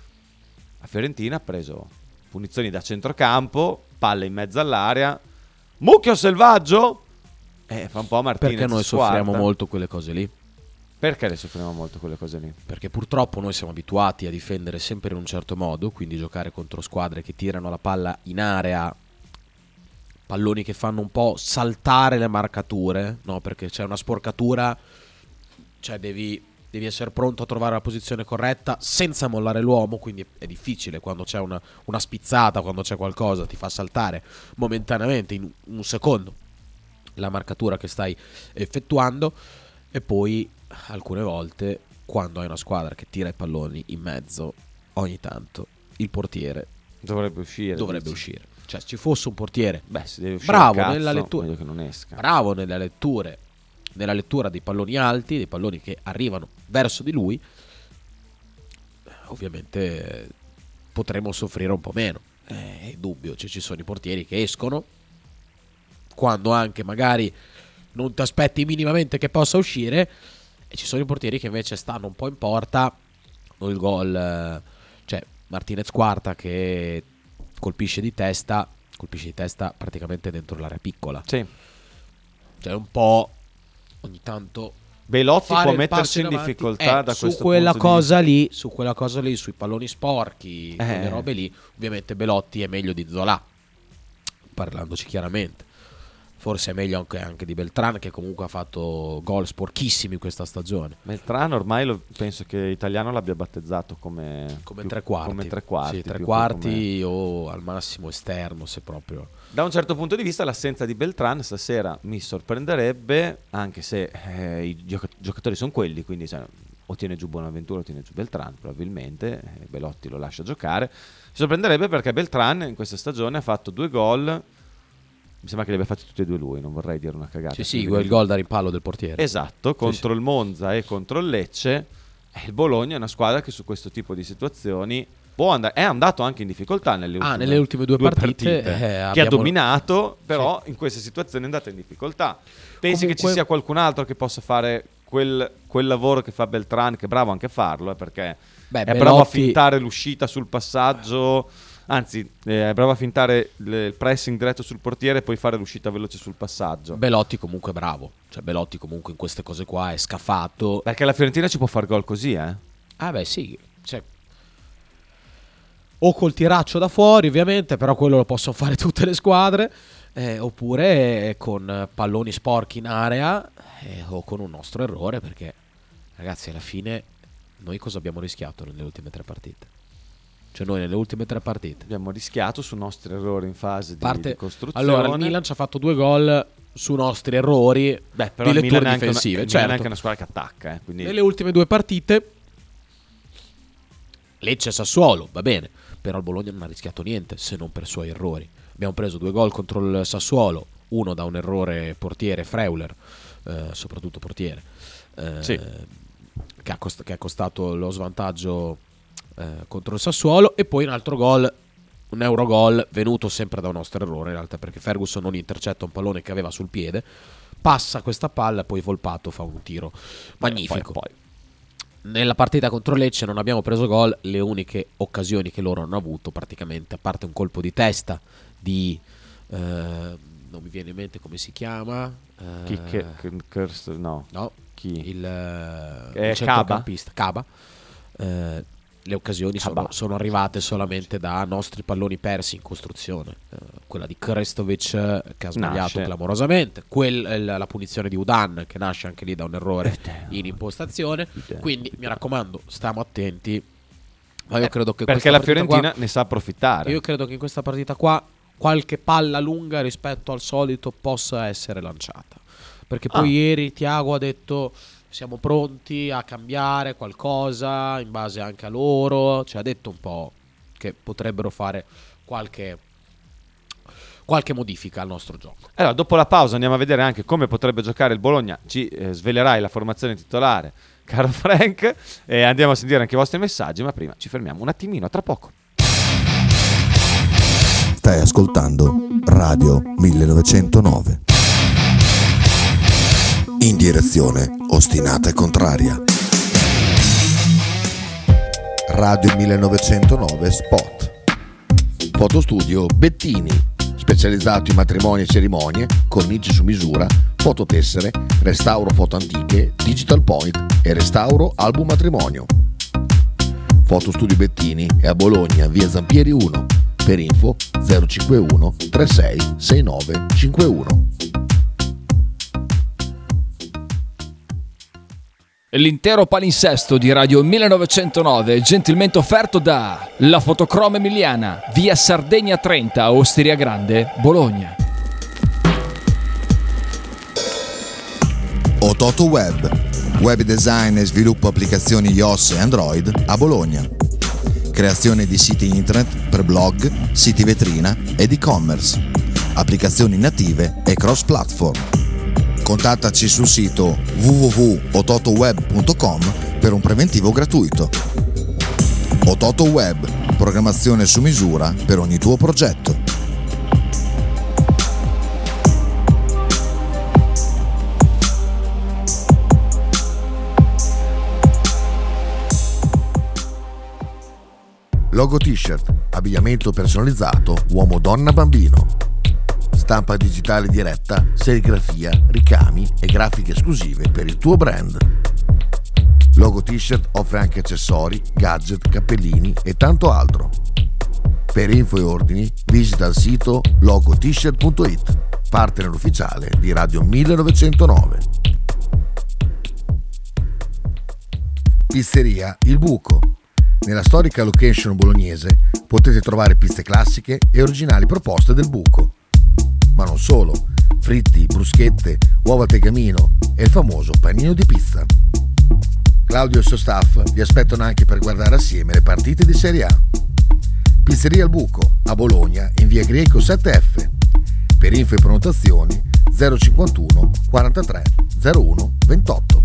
la Fiorentina ha preso punizioni da centrocampo, palle in mezzo all'area. Mucchio selvaggio? Eh, fa un po' Martinez. Perché noi squarta. soffriamo molto quelle cose lì? Perché le soffriamo molto quelle cose lì? Perché purtroppo noi siamo abituati a difendere sempre in un certo modo, quindi giocare contro squadre che tirano la palla in area, palloni che fanno un po' saltare le marcature, no? Perché c'è una sporcatura, cioè devi, devi essere pronto a trovare la posizione corretta senza mollare l'uomo, quindi è difficile quando c'è una, una spizzata, quando c'è qualcosa, ti fa saltare momentaneamente in un secondo la marcatura che stai effettuando. E poi alcune volte, quando hai una squadra che tira i palloni in mezzo, ogni tanto il portiere Dovrebbe uscire. dovrebbe dici? uscire. Cioè, se ci fosse un portiere Beh, se deve uscire bravo a cazzo, nella lettura, meglio che non esca. bravo nelle letture, nella lettura dei palloni alti, dei palloni che arrivano verso di lui, ovviamente eh, potremo soffrire un po' meno. Eh, è dubbio, cioè, ci sono i portieri che escono quando anche magari non ti aspetti minimamente che possa uscire, e ci sono i portieri che invece stanno un po' in porta. O il gol, eh, cioè Martinez quarta che colpisce di testa, colpisce di testa praticamente dentro l'area piccola. Sì. Cioè un po' ogni tanto Belotti fare può il metterci passo in avanti. difficoltà Eh, da su questo quella punto di cosa lì, su quella cosa lì, sui palloni sporchi, Eh. quelle robe lì, ovviamente Belotti è meglio di Zola, parlandoci chiaramente. Forse è meglio anche, anche di Beltran, che comunque ha fatto gol sporchissimi questa stagione. Beltrano ormai lo, penso che Italiano l'abbia battezzato come, Come più- tre quarti. come tre quarti, Sì, tre più che quarti o al massimo esterno, se proprio. come- Da un certo punto di vista l'assenza di Beltran stasera mi sorprenderebbe, anche se eh, i gioca- giocatori sono quelli, quindi cioè, o tiene giù Bonaventura o tiene giù Beltran probabilmente, eh, Belotti lo lascia giocare. Mi sorprenderebbe perché Beltran in questa stagione ha fatto due gol. Mi sembra che li abbia fatti tutti e due lui, non vorrei dire una cagata. Sì, sì, il gol da rimpallo del portiere. Esatto, contro sì. il Monza e contro il Lecce. E il Bologna è una squadra che su questo tipo di situazioni può andare, è andato anche in difficoltà nelle ultime, Ah, nelle ultime due partite, eh, che abbiamo- ha dominato, però in queste situazioni è andata in difficoltà. Pensi che ci Comunque- sia qualcun altro che possa fare quel, quel lavoro che fa Beltran, che è bravo anche a farlo, eh, perché Beh, è bravo a Belotti- fintare l'uscita sul passaggio. Anzi, eh, è bravo a fintare le- il pressing diretto sul portiere e poi fare l'uscita veloce sul passaggio. Belotti comunque è bravo. Cioè Belotti comunque in queste cose qua è scafato. Perché la Fiorentina ci può far gol così, eh? Ah beh sì, cioè, o col tiraccio da fuori ovviamente, però quello lo possono fare tutte le squadre, eh, oppure con palloni sporchi in area, eh, o con un nostro errore, perché ragazzi alla fine noi cosa abbiamo rischiato nelle ultime tre partite? Cioè noi nelle ultime tre partite Abbiamo rischiato su nostri errori in fase di, parte, di costruzione. allora il Milan ci ha fatto due gol su nostri errori. Beh, però di il Milan letture è anche una- difensive, il Milan è certo. anche una squadra che attacca, eh, quindi Nelle ultime due partite Lecce e Sassuolo, va bene, però il Bologna non ha rischiato niente se non per suoi errori. Abbiamo preso due gol contro il Sassuolo, uno da un errore portiere Freuler, eh, soprattutto portiere, eh, Sì. che, ha cost- che ha costato lo svantaggio eh, contro il Sassuolo, e poi un altro gol, un Eurogol venuto sempre da un nostro errore in realtà, perché Ferguson non intercetta un pallone che aveva sul piede, passa questa palla e poi Volpato fa un tiro magnifico. Poi, poi. nella partita contro Lecce non abbiamo preso gol, le uniche occasioni che loro hanno avuto praticamente, a parte un colpo di testa di eh, non mi viene in mente come si chiama, eh, Chi che, che, che, no. no, Chi? il, eh, il centrocampista Caba. Eh, le occasioni sono, sono arrivate solamente da nostri palloni persi in costruzione, eh, quella di Krestovic che ha sbagliato nasce. clamorosamente, quel, la punizione di Udan che nasce anche lì da un errore in impostazione, quindi mi raccomando, stiamo attenti, ma io eh, credo che perché la Fiorentina qua, ne sa approfittare. Io credo che in questa partita qua qualche palla lunga rispetto al solito possa essere lanciata, perché poi ah. ieri Thiago ha detto siamo pronti a cambiare qualcosa in base anche a loro, ci ha detto un po' che potrebbero fare qualche, qualche modifica al nostro gioco. Allora, dopo la pausa andiamo a vedere anche come potrebbe giocare il Bologna, ci eh, svelerai la formazione titolare, caro Frank, e andiamo a sentire anche i vostri messaggi, ma prima ci fermiamo un attimino, tra poco. Stai ascoltando Radio millenovecentonove. In direzione ostinata e contraria. Radio millenovecentonove Spot. Fotostudio Bettini, specializzato in matrimoni e cerimonie, cornici su misura, fototessere, restauro foto antiche, digital point e restauro album matrimonio. Fotostudio Bettini è a Bologna, via Zampieri uno. Per info zero cinquantuno trentasei sessantanove cinquantuno. L'intero palinsesto di Radio millenovecentonove è gentilmente offerto da La Fotocroma Emiliana, via Sardegna trenta, Osteria Grande, Bologna. Ototo Web, web design e sviluppo applicazioni iOS e Android a Bologna. Creazione di siti internet per blog, siti vetrina ed e-commerce, applicazioni native e cross-platform. Contattaci sul sito w w w punto ototoweb punto com per un preventivo gratuito. Ototo Web, programmazione su misura per ogni tuo progetto. Logo t-shirt, abbigliamento personalizzato, uomo, donna, bambino. Stampa digitale diretta, serigrafia, ricami e grafiche esclusive per il tuo brand. Logo t-shirt offre anche accessori, gadget, cappellini e tanto altro. Per info e ordini visita il sito logo t shirt punto it, partner ufficiale di Radio millenovecentonove. Pizzeria Il Buco. Nella storica location bolognese potete trovare piste classiche e originali proposte del buco. Ma non solo, fritti, bruschette, uova al tegamino e il famoso panino di pizza. Claudio e il suo staff vi aspettano anche per guardare assieme le partite di Serie A. Pizzeria Il Buco, a Bologna, in via Greco sette F. Per info e prenotazioni zero cinquantuno quarantatré zero uno ventotto.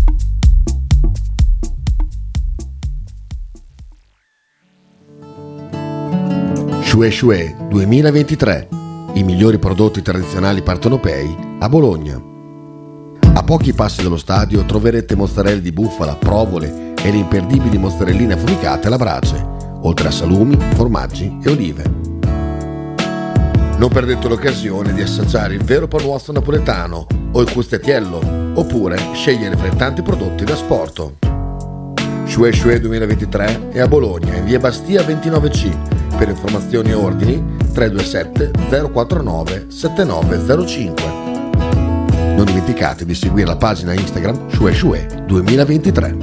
Shue Shue duemilaventitré, i migliori prodotti tradizionali partenopei a Bologna. A pochi passi dallo stadio troverete mozzarella di bufala, provole e le imperdibili mozzarelline affumicate alla brace, oltre a salumi, formaggi e olive. Non perdete l'occasione di assaggiare il vero panuozzo napoletano o il custettiello, oppure scegliere fra i tanti prodotti da sport. Shue Shue duemilaventitré è a Bologna, in via Bastia ventinove C. Per informazioni e ordini tre due sette zero quattro nove sette nove zero cinque. Non dimenticate di seguire la pagina Instagram Shue Shue duemilaventitré.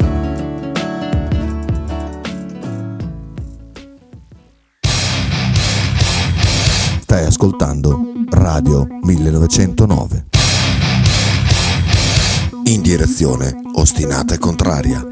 Stai ascoltando Radio millenovecentonove. In direzione ostinata e contraria.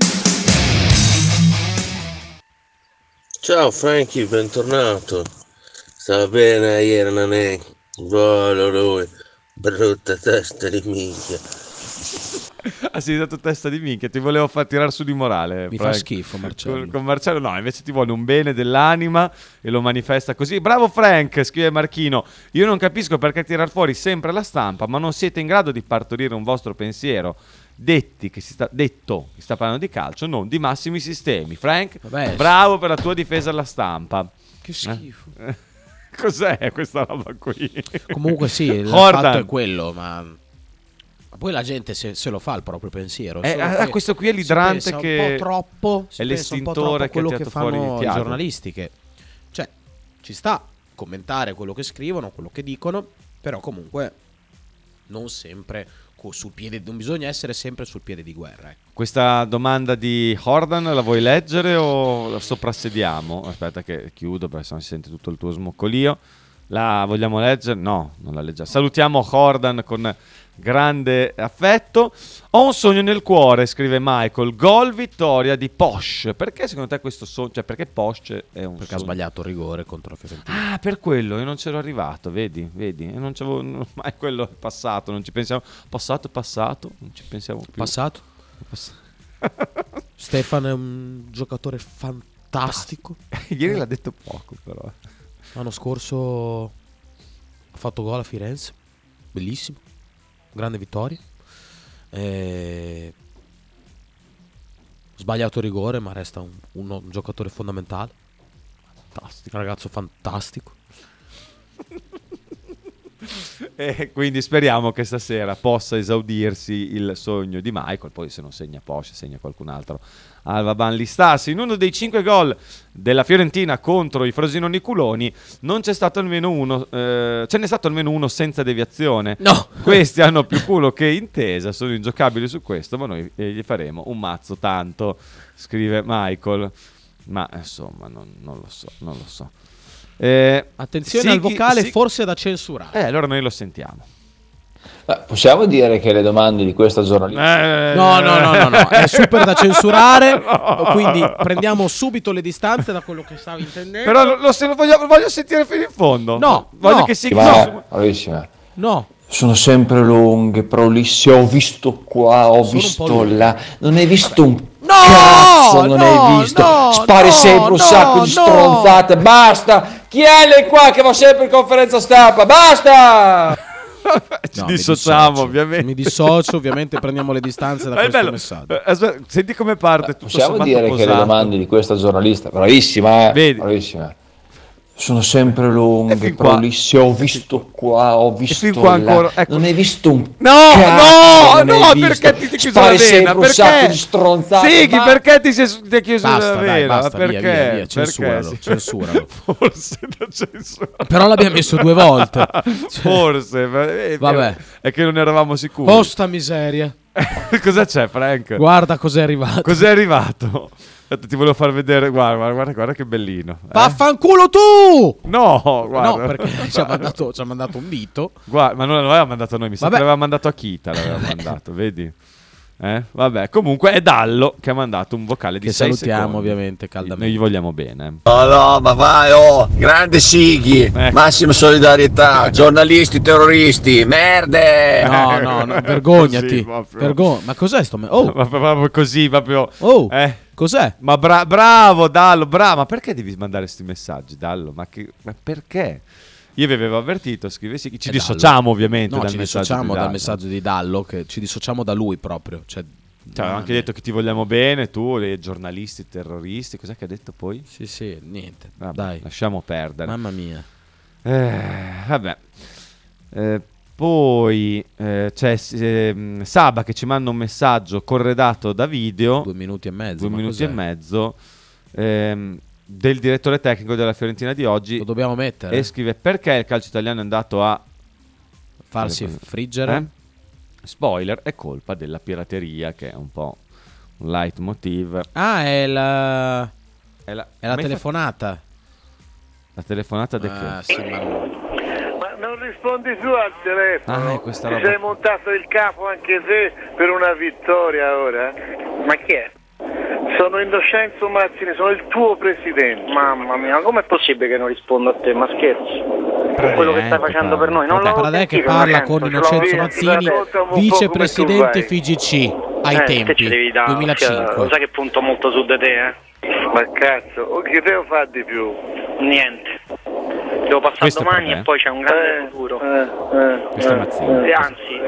Ciao Frankie, bentornato. Stava bene ieri, non è? Volo lui, brutta testa di minchia. Ah, sei dato testa di minchia, ti volevo far tirare su di morale. Mi Frank. fa schifo Marcello. Con, con Marcello no, invece ti vuole un bene dell'anima e lo manifesta così. Bravo Frank, scrive Marchino. Io non capisco perché tirar fuori sempre la stampa, ma non siete in grado di partorire un vostro pensiero. detti che si sta, detto che si sta parlando di calcio, non di massimi sistemi. Frank, Vabbè, bravo per la tua difesa alla stampa. Che schifo. Eh? Cos'è questa roba qui? Comunque sì, il Jordan. fatto è quello, ma poi la gente se, se lo fa il proprio pensiero. Eh, solo ah, che questo qui è si l'idrante pensa che un po' troppo, si è pensa un po' l'estintore troppo a che quello ha che tirato fuori fanno i Thiago. giornalisti, che cioè ci sta commentare quello che scrivono, quello che dicono, però comunque non sempre co- sul piede, non bisogna essere sempre sul piede di guerra. Ecco. Questa domanda di Jordan la vuoi leggere o la soprassediamo? Aspetta che chiudo perché sennò si sente tutto il tuo smoccolio. La vogliamo leggere? No, non la leggiamo. Salutiamo Jordan con grande affetto. Ho un sogno nel cuore, scrive Michael. Gol vittoria di Posch. Perché secondo te questo sogno? Cioè, perché Posch è un Perché ha sogno? sbagliato il rigore contro la Fiorentina. Ah, per quello io non c'ero arrivato, vedi, vedi, e non c'avevo non- mai quello è passato, non ci pensiamo. Passato è passato, non ci pensiamo più. Passato? Pass- Stefan è un giocatore fantastico. Ieri l'ha detto poco, però. L'anno scorso ha fatto gol a Firenze, bellissimo, grande vittoria. E... Sbagliato il rigore, ma resta un, uno- un giocatore fondamentale. Fantastico, un ragazzo fantastico. E quindi speriamo che stasera possa esaudirsi il sogno di Michael. Poi se non segna Porsche segna qualcun altro al Vaban listarsi. In uno dei cinque gol della Fiorentina contro i Frosinoni Culoni non c'è stato almeno uno eh, ce n'è stato almeno uno senza deviazione. No. Questi hanno più culo che intesa, sono ingiocabili su questo, ma noi eh, gli faremo un mazzo tanto, scrive Michael. Ma insomma non, non lo so, non lo so. Eh, Attenzione al Sighi- vocale, Sig- forse da censurare. Eh, allora noi lo sentiamo. Eh, Possiamo dire che le domande di questa giornalista... Eh, No, no, no, no, no, è super da censurare. Quindi prendiamo subito le distanze da quello che stavi intendendo. Però lo, lo- se lo voglio, voglio sentire fino in fondo. No, voglio no. che si Ma, bravissima. No, Sono sempre lunghe, prolissi, ho visto qua, ho Sono un visto po' lunghe. là, non hai visto un No, cazzo, non no, hai visto, no, spari no, sempre un no, sacco di no. stronzate, basta, chi è lei qua che va sempre in conferenza stampa, basta! ci no, mi dissociamo, dissocio. ovviamente. Mi dissocio, ovviamente prendiamo le distanze da Ma è questo bello. messaggio. Eh, aspetta, senti come parte tutto Possiamo sommato dire che le posato. domande di questa giornalista, bravissima, eh, Vedi. bravissima, sono sempre E lunghe, fin qua. prolissi, ho visto qua, ho visto fin qua là, ancora, ecco. non hai visto un No, cazzo, no, non no, hai perché visto. ti sei chiuso la Spari vena? sempre un sacco Perché? di stronzate, Sì, ma- perché ti sei ti hai chiuso Basta, la dai, vena? basta, via, perché? via, via, Perché? censuralo, Sì. censuralo. Forse da censurare. Però l'abbiamo messo due volte. Cioè, Forse, eh, Vabbè. è che non eravamo sicuri. oh, sta miseria. Cosa c'è, Frank? Guarda cos'è arrivato. Cos'è arrivato? Aspetta, ti volevo far vedere. Guarda, guarda, guarda, guarda che bellino. Eh? Vaffanculo tu! No, guarda. No, perché ci ha mandato, ci ha mandato un dito. Guarda, ma non l'aveva mandato a noi, mi sa Vabbè. che l'aveva mandato a Kita, l'aveva mandato, vedi? Eh? Vabbè, comunque è Dallo che ha mandato un vocale di Che sei salutiamo secondi. ovviamente caldamente. Noi gli vogliamo bene. Oh no, ma vai, oh, grande Sighi, Eh. massima solidarietà, giornalisti terroristi, merde! No, no, no, vergognati. Così, proprio. Vergogna. Ma cos'è sto me- Oh, Ma proprio così, proprio. oh. Eh? Cos'è? Ma bra- bravo Dallo, bravo. Ma perché devi mandare questi messaggi, Dallo? Ma, che- ma perché? Io vi avevo avvertito, scrive sì, ci È dissociamo Dallo. ovviamente No, dal ci messaggio dissociamo di dal Dallo. messaggio di Dallo, che ci dissociamo da lui proprio. Cioè, Cioè, avevo anche detto che ti vogliamo bene, tu, i giornalisti terroristi, cos'è che ha detto poi? Sì, sì, niente. Vabbè, Dai. lasciamo perdere. Mamma mia. Eh, vabbè. Eh, poi eh, c'è ehm, Saba che ci manda un messaggio corredato da video. Due minuti e mezzo. Due ma minuti cos'è? e mezzo. ehm, del direttore tecnico della Fiorentina di oggi. Lo dobbiamo mettere? E scrive: perché il calcio italiano è andato a Farsi Eh? friggere? Spoiler, è colpa della pirateria, che è un po' un leitmotiv. Ah, è la... È la, È la come hai telefonata. fatto? La telefonata del Ah, che? sì, ma... Ma non rispondi tu al telefono? Ah, è questa Ti roba. sei montato il capo anche te per una vittoria ora? Ma chi è? Sono Innocenzo Mazzini, sono il tuo presidente. Mamma mia, com'è possibile che non rispondo a te? Ma scherzi? Pradè, Quello che stai eh, facendo Pradè. per noi, non Vabbè, l'avevo Pradè che sentito, parla Innocenzo, con ce l'ho Innocenzo visto, Mazzini, ascoltami un po' vicepresidente come tu vai. F I G C ai Eh, te tempi ci devi dare, duemilacinque. lo sai che punto molto su di te, eh? Ma cazzo, o che devo fare di più? Niente. Devo passare Questo domani per te? e poi c'è un grande Eh, futuro. eh, eh, Questo è eh, Mazzini. E anzi,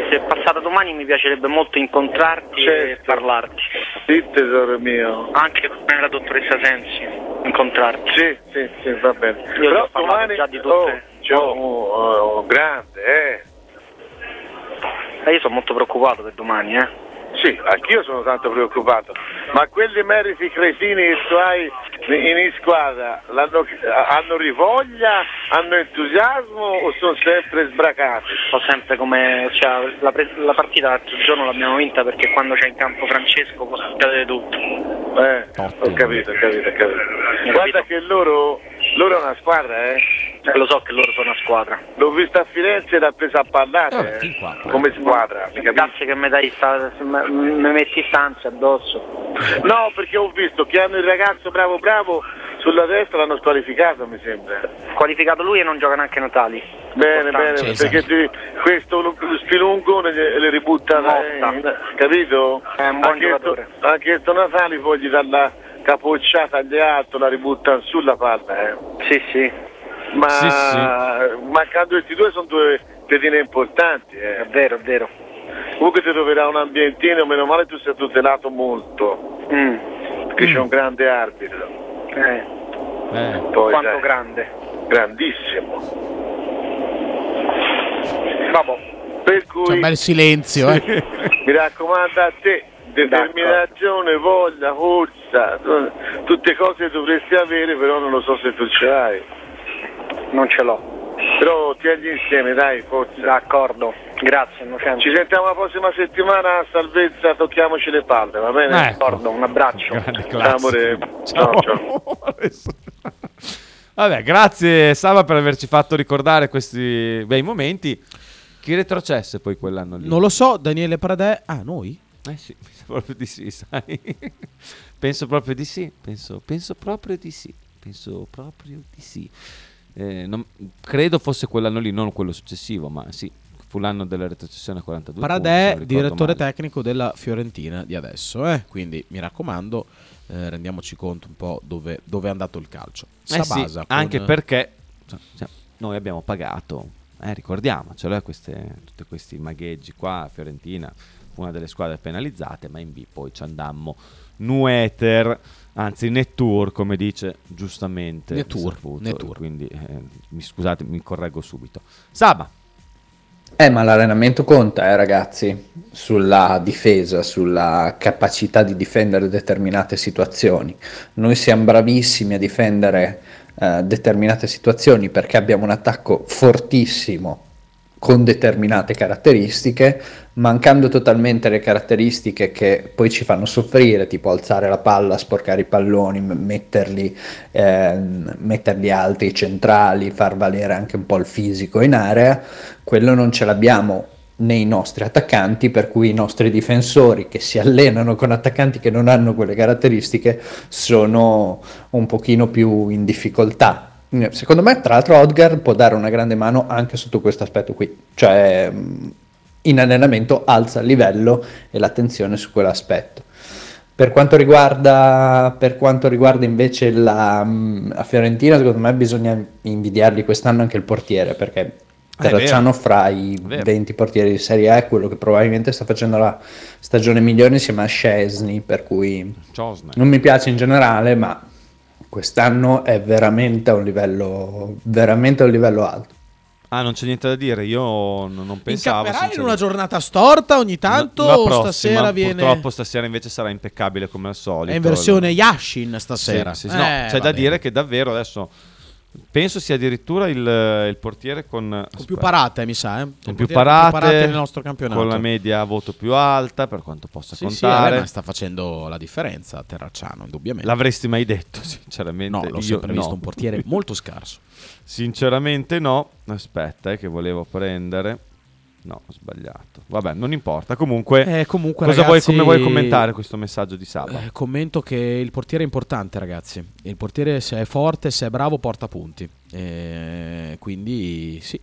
se passata domani mi piacerebbe molto incontrarti e parlarti. Sì, tesoro mio. Anche con la dottoressa Sensi, incontrarti. Sì, sì, sì, va bene. Io Però ho parlato domani già di tutte. oh, c'è un- oh, oh, grande, eh. Eh, io sono molto preoccupato per domani, eh. Sì, anch'io sono tanto preoccupato. Ma quelli meriti cretini che tu hai in, in squadra l'hanno, hanno rivoglia, hanno entusiasmo o sono sempre sbracati? So sempre come, cioè, la, pre- la partita l'altro giorno l'abbiamo vinta perché quando c'è in campo Francesco può succedere tutto. Eh, ho capito, ho capito, ho capito. Guarda che loro, loro è una squadra, eh. Eh, lo so che loro sono una squadra. L'ho vista a Firenze e l'ha presa a parlare, eh, come squadra, mi capisci? Grazie che mi dai sta, mi metti stanze addosso. No, perché ho visto che hanno il ragazzo bravo bravo sulla destra, l'hanno squalificato, mi sembra. Qualificato lui e non gioca neanche Natali. Bene, bene, perché ti- questo spilungone le, le ributta, eh, capito? È un buon anche giocatore. Sto, anche sto Natali poi gli dà la capocciata agli altri, la ributta sulla palla, eh. Sì, sì. Ma Sì, sì. mancando questi due sono due pedine importanti, eh. È vero, è vero. Comunque ti troverà un ambientino, meno male tu sei tutelato molto, perché c'è un grande arbitro. Eh. Poi, Quanto dai, grande. grandissimo. Vabbè. Per cui C'è un bel silenzio, eh. mi raccomando a te, determinazione, voglia, forza, tutte cose che dovresti avere, però non lo so se tu ce l'hai. Non ce l'ho. Però tieni insieme, dai, forza. D'accordo, grazie Innocente. Ci sentiamo la prossima settimana, salvezza, tocchiamoci le palle, va bene? Eh, d'accordo, un abbraccio. Ciao amore. Ciao. Ciao, ciao. Vabbè, grazie Sava per averci fatto ricordare questi bei momenti. Chi retrocesse poi quell'anno lì? Non lo so, Daniele Pradè. Ah, noi? Eh sì, penso proprio di sì, sai. Penso proprio di sì, penso, penso proprio di sì, penso proprio di sì. Eh, non- credo fosse quell'anno lì, non quello successivo, ma sì, fu l'anno della retrocessione a quarantadue punti, se Pradè, non ricordo direttore male. tecnico della Fiorentina di adesso, eh? Quindi mi raccomando, eh, rendiamoci conto un po' dove, dove è andato il calcio. Eh sì, Sabasa con- anche perché cioè, noi abbiamo pagato, eh, ricordiamocelo, eh, queste, tutti questi magheggi qua. Fiorentina fu una delle squadre penalizzate, ma in B poi ci andammo Nueter, anzi Nettur, come dice giustamente Nettur, Saputo, Nettur. quindi eh, mi scusate, mi correggo subito. Saba. Eh, ma l'allenamento conta, eh, ragazzi, sulla difesa, sulla capacità di difendere determinate situazioni. Noi siamo bravissimi a difendere eh, determinate situazioni perché abbiamo un attacco fortissimo con determinate caratteristiche, mancando totalmente le caratteristiche che poi ci fanno soffrire, tipo alzare la palla, sporcare i palloni, m- metterli, ehm, metterli alti, centrali, far valere anche un po' il fisico in area. Quello non ce l'abbiamo nei nostri attaccanti, per cui i nostri difensori che si allenano con attaccanti che non hanno quelle caratteristiche sono un pochino più in difficoltà. Secondo me, tra l'altro, Odgar può dare una grande mano anche sotto questo aspetto qui, cioè mh, in allenamento alza il livello e l'attenzione su quell'aspetto. Per quanto riguarda, per quanto riguarda invece la, mh, la Fiorentina, secondo me bisogna invidiargli quest'anno anche il portiere, perché Terracciano fra i vero. venti portieri di Serie A è quello che probabilmente sta facendo la stagione migliore insieme a Szczesny, per cui Szczesny. non mi piace in generale, ma quest'anno è veramente a un livello veramente a un livello alto. Ah, non c'è niente da dire, io non, non pensavo. Incapperai in una giornata storta ogni tanto La o prossima, stasera viene... purtroppo stasera invece sarà impeccabile come al solito. È in versione Yashin stasera. Sì, sì, sì. No, Eh, c'è va da bene. dire che davvero adesso penso sia addirittura il, il portiere con, Con più parate, mi sa, eh. con Il più portiere parate, con più parate nel nostro campionato. con la media a voto più alta, per quanto possa Sì, sì, contare. vabbè, ma sta facendo la differenza Terracciano, indubbiamente. L'avresti mai detto, sinceramente? No, l'ho Io sempre visto no. un portiere molto scarso. Sinceramente no. Aspetta, eh, che volevo prendere. No, ho sbagliato. Vabbè, non importa. Comunque, Eh, comunque, cosa ragazzi, vuoi, come vuoi commentare questo messaggio di Saba? Eh, commento che il portiere è importante, ragazzi. Il portiere, se è forte, se è bravo, porta punti. Eh, quindi sì,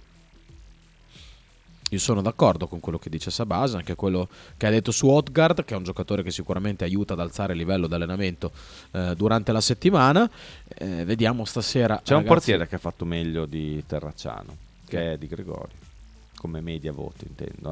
io sono d'accordo con quello che dice Sabasa, anche quello che ha detto su Odgaard, che è un giocatore che sicuramente aiuta ad alzare il livello di allenamento eh, durante la settimana. Eh, vediamo stasera. C'è un ragazzi. portiere che ha fatto meglio di Terracciano, che è Di Gregorio, come media voto intendo, eh.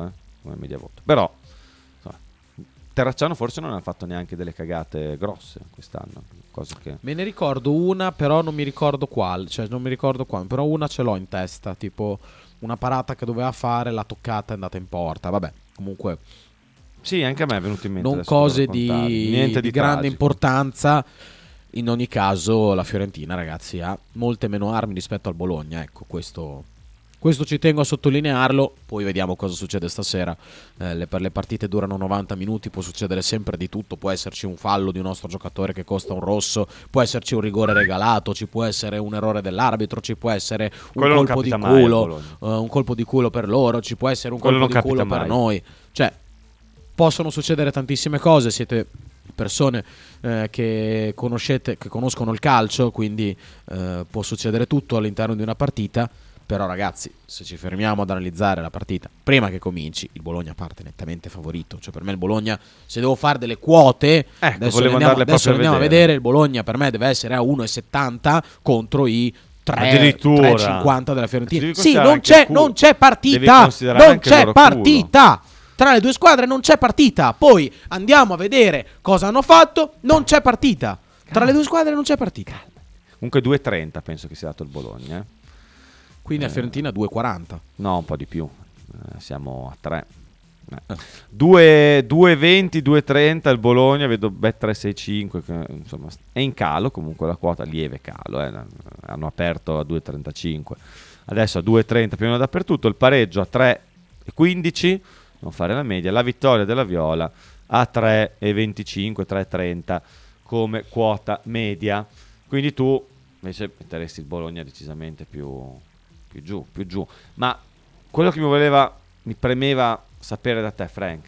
come media voto. Però insomma, Terracciano forse non ha fatto neanche delle cagate grosse quest'anno, cose che... Me ne ricordo una, però non mi ricordo quale, cioè non mi ricordo quale, però una ce l'ho in testa, tipo una parata che doveva fare, l'ha toccata e è andata in porta. Vabbè, comunque sì, anche a me è venuto in mente. Non adesso cose per di, raccontarvi. Niente di di grande tragico. importanza. In ogni caso la Fiorentina, ragazzi, ha molte meno armi rispetto al Bologna, ecco, questo, questo ci tengo a sottolinearlo. Poi vediamo cosa succede stasera. Eh, le, per le partite durano novanta minuti, può succedere sempre di tutto, può esserci un fallo di un nostro giocatore che costa un rosso, può esserci un rigore regalato, ci può essere un errore dell'arbitro, ci può essere un Quello non colpo di capita mai al culo, Bologna. uh, un colpo di culo per loro, ci può essere un Quello colpo non di culo capita per mai. noi. Cioè, possono succedere tantissime cose, siete persone eh, che conoscete, che conoscono il calcio, quindi eh, può succedere tutto all'interno di una partita. Però ragazzi, se ci fermiamo ad analizzare la partita prima che cominci, il Bologna parte nettamente favorito. Cioè per me il Bologna, se devo fare delle quote, Ecco, adesso volevo le andiamo, andarle adesso proprio le andiamo a a vedere. vedere. Il Bologna per me deve essere a uno e settanta contro i tre Addirittura. tre e cinquanta della Fiorentina. Devi Sì, considerare non anche c'è, il culo. non c'è Devi partita, considerare non anche il c'è loro culo. partita. Tra le due squadre non c'è partita. Poi andiamo a vedere cosa hanno fatto. Non c'è partita. Tra le due squadre non c'è partita. Comunque due e trenta penso che sia dato il Bologna. eh. Quindi a Eh, Fiorentina due e quaranta. No, un po' di più. Eh, siamo a tre. Eh. due e venti, due e trenta il Bologna, vedo bet tre sei cinque, che, insomma è in calo comunque la quota, lieve calo, eh. Hanno aperto a due e trentacinque, adesso a due e trenta più o meno dappertutto, il pareggio a tre e quindici, non fare la media, la vittoria della Viola a tre e venticinque, tre e trenta come quota media, quindi tu invece metteresti il Bologna decisamente più, più giù, più giù, ma quello che mi voleva, mi premeva sapere da te, Frank,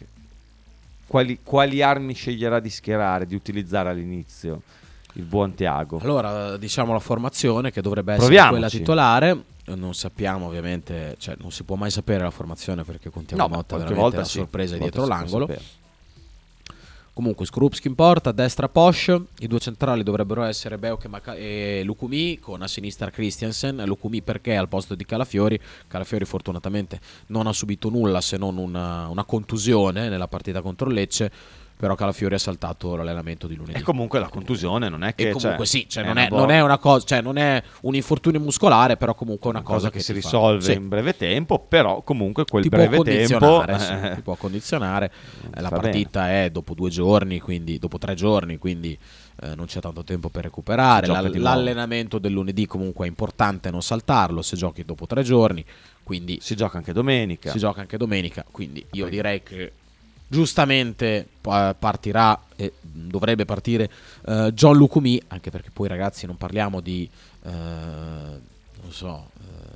quali, quali armi sceglierà di schierare, di utilizzare all'inizio il buon Tiago? Allora, diciamo la formazione che dovrebbe essere Proviamoci. quella titolare. Non sappiamo ovviamente, cioè non si può mai sapere la formazione perché contiamo No, ma Motta qualche veramente volta la sì, sorpresa qualche dietro volta si può l'angolo. sapere. Comunque Skrupski in porta, a destra Posch, i due centrali dovrebbero essere Beuk e, Maca- e Lukumi, con a sinistra Christiansen. Lukumi perché al posto di Calafiori. Calafiori fortunatamente non ha subito nulla se non una, una contusione nella partita contro il Lecce, però Calafiori ha saltato l'allenamento di lunedì. E comunque la contusione non è che... E comunque cioè, sì, cioè è non, una è, bo- non è una cosa, cioè non è un infortunio muscolare, però comunque è una, una cosa, che, che si ti fa- risolve sì. in breve tempo, però comunque quel ti breve può tempo... condizionare, sì, eh, ti può condizionare. Eh, la va partita è dopo due giorni, quindi dopo tre giorni, quindi eh, non c'è tanto tempo per recuperare. Si gioca La- di nuovo. l'allenamento del lunedì comunque è importante non saltarlo se giochi dopo tre giorni, quindi si gioca anche domenica. si gioca anche domenica, quindi io direi che giustamente pa- partirà e dovrebbe partire eh, John Lukumi, anche perché poi ragazzi non parliamo di eh, non so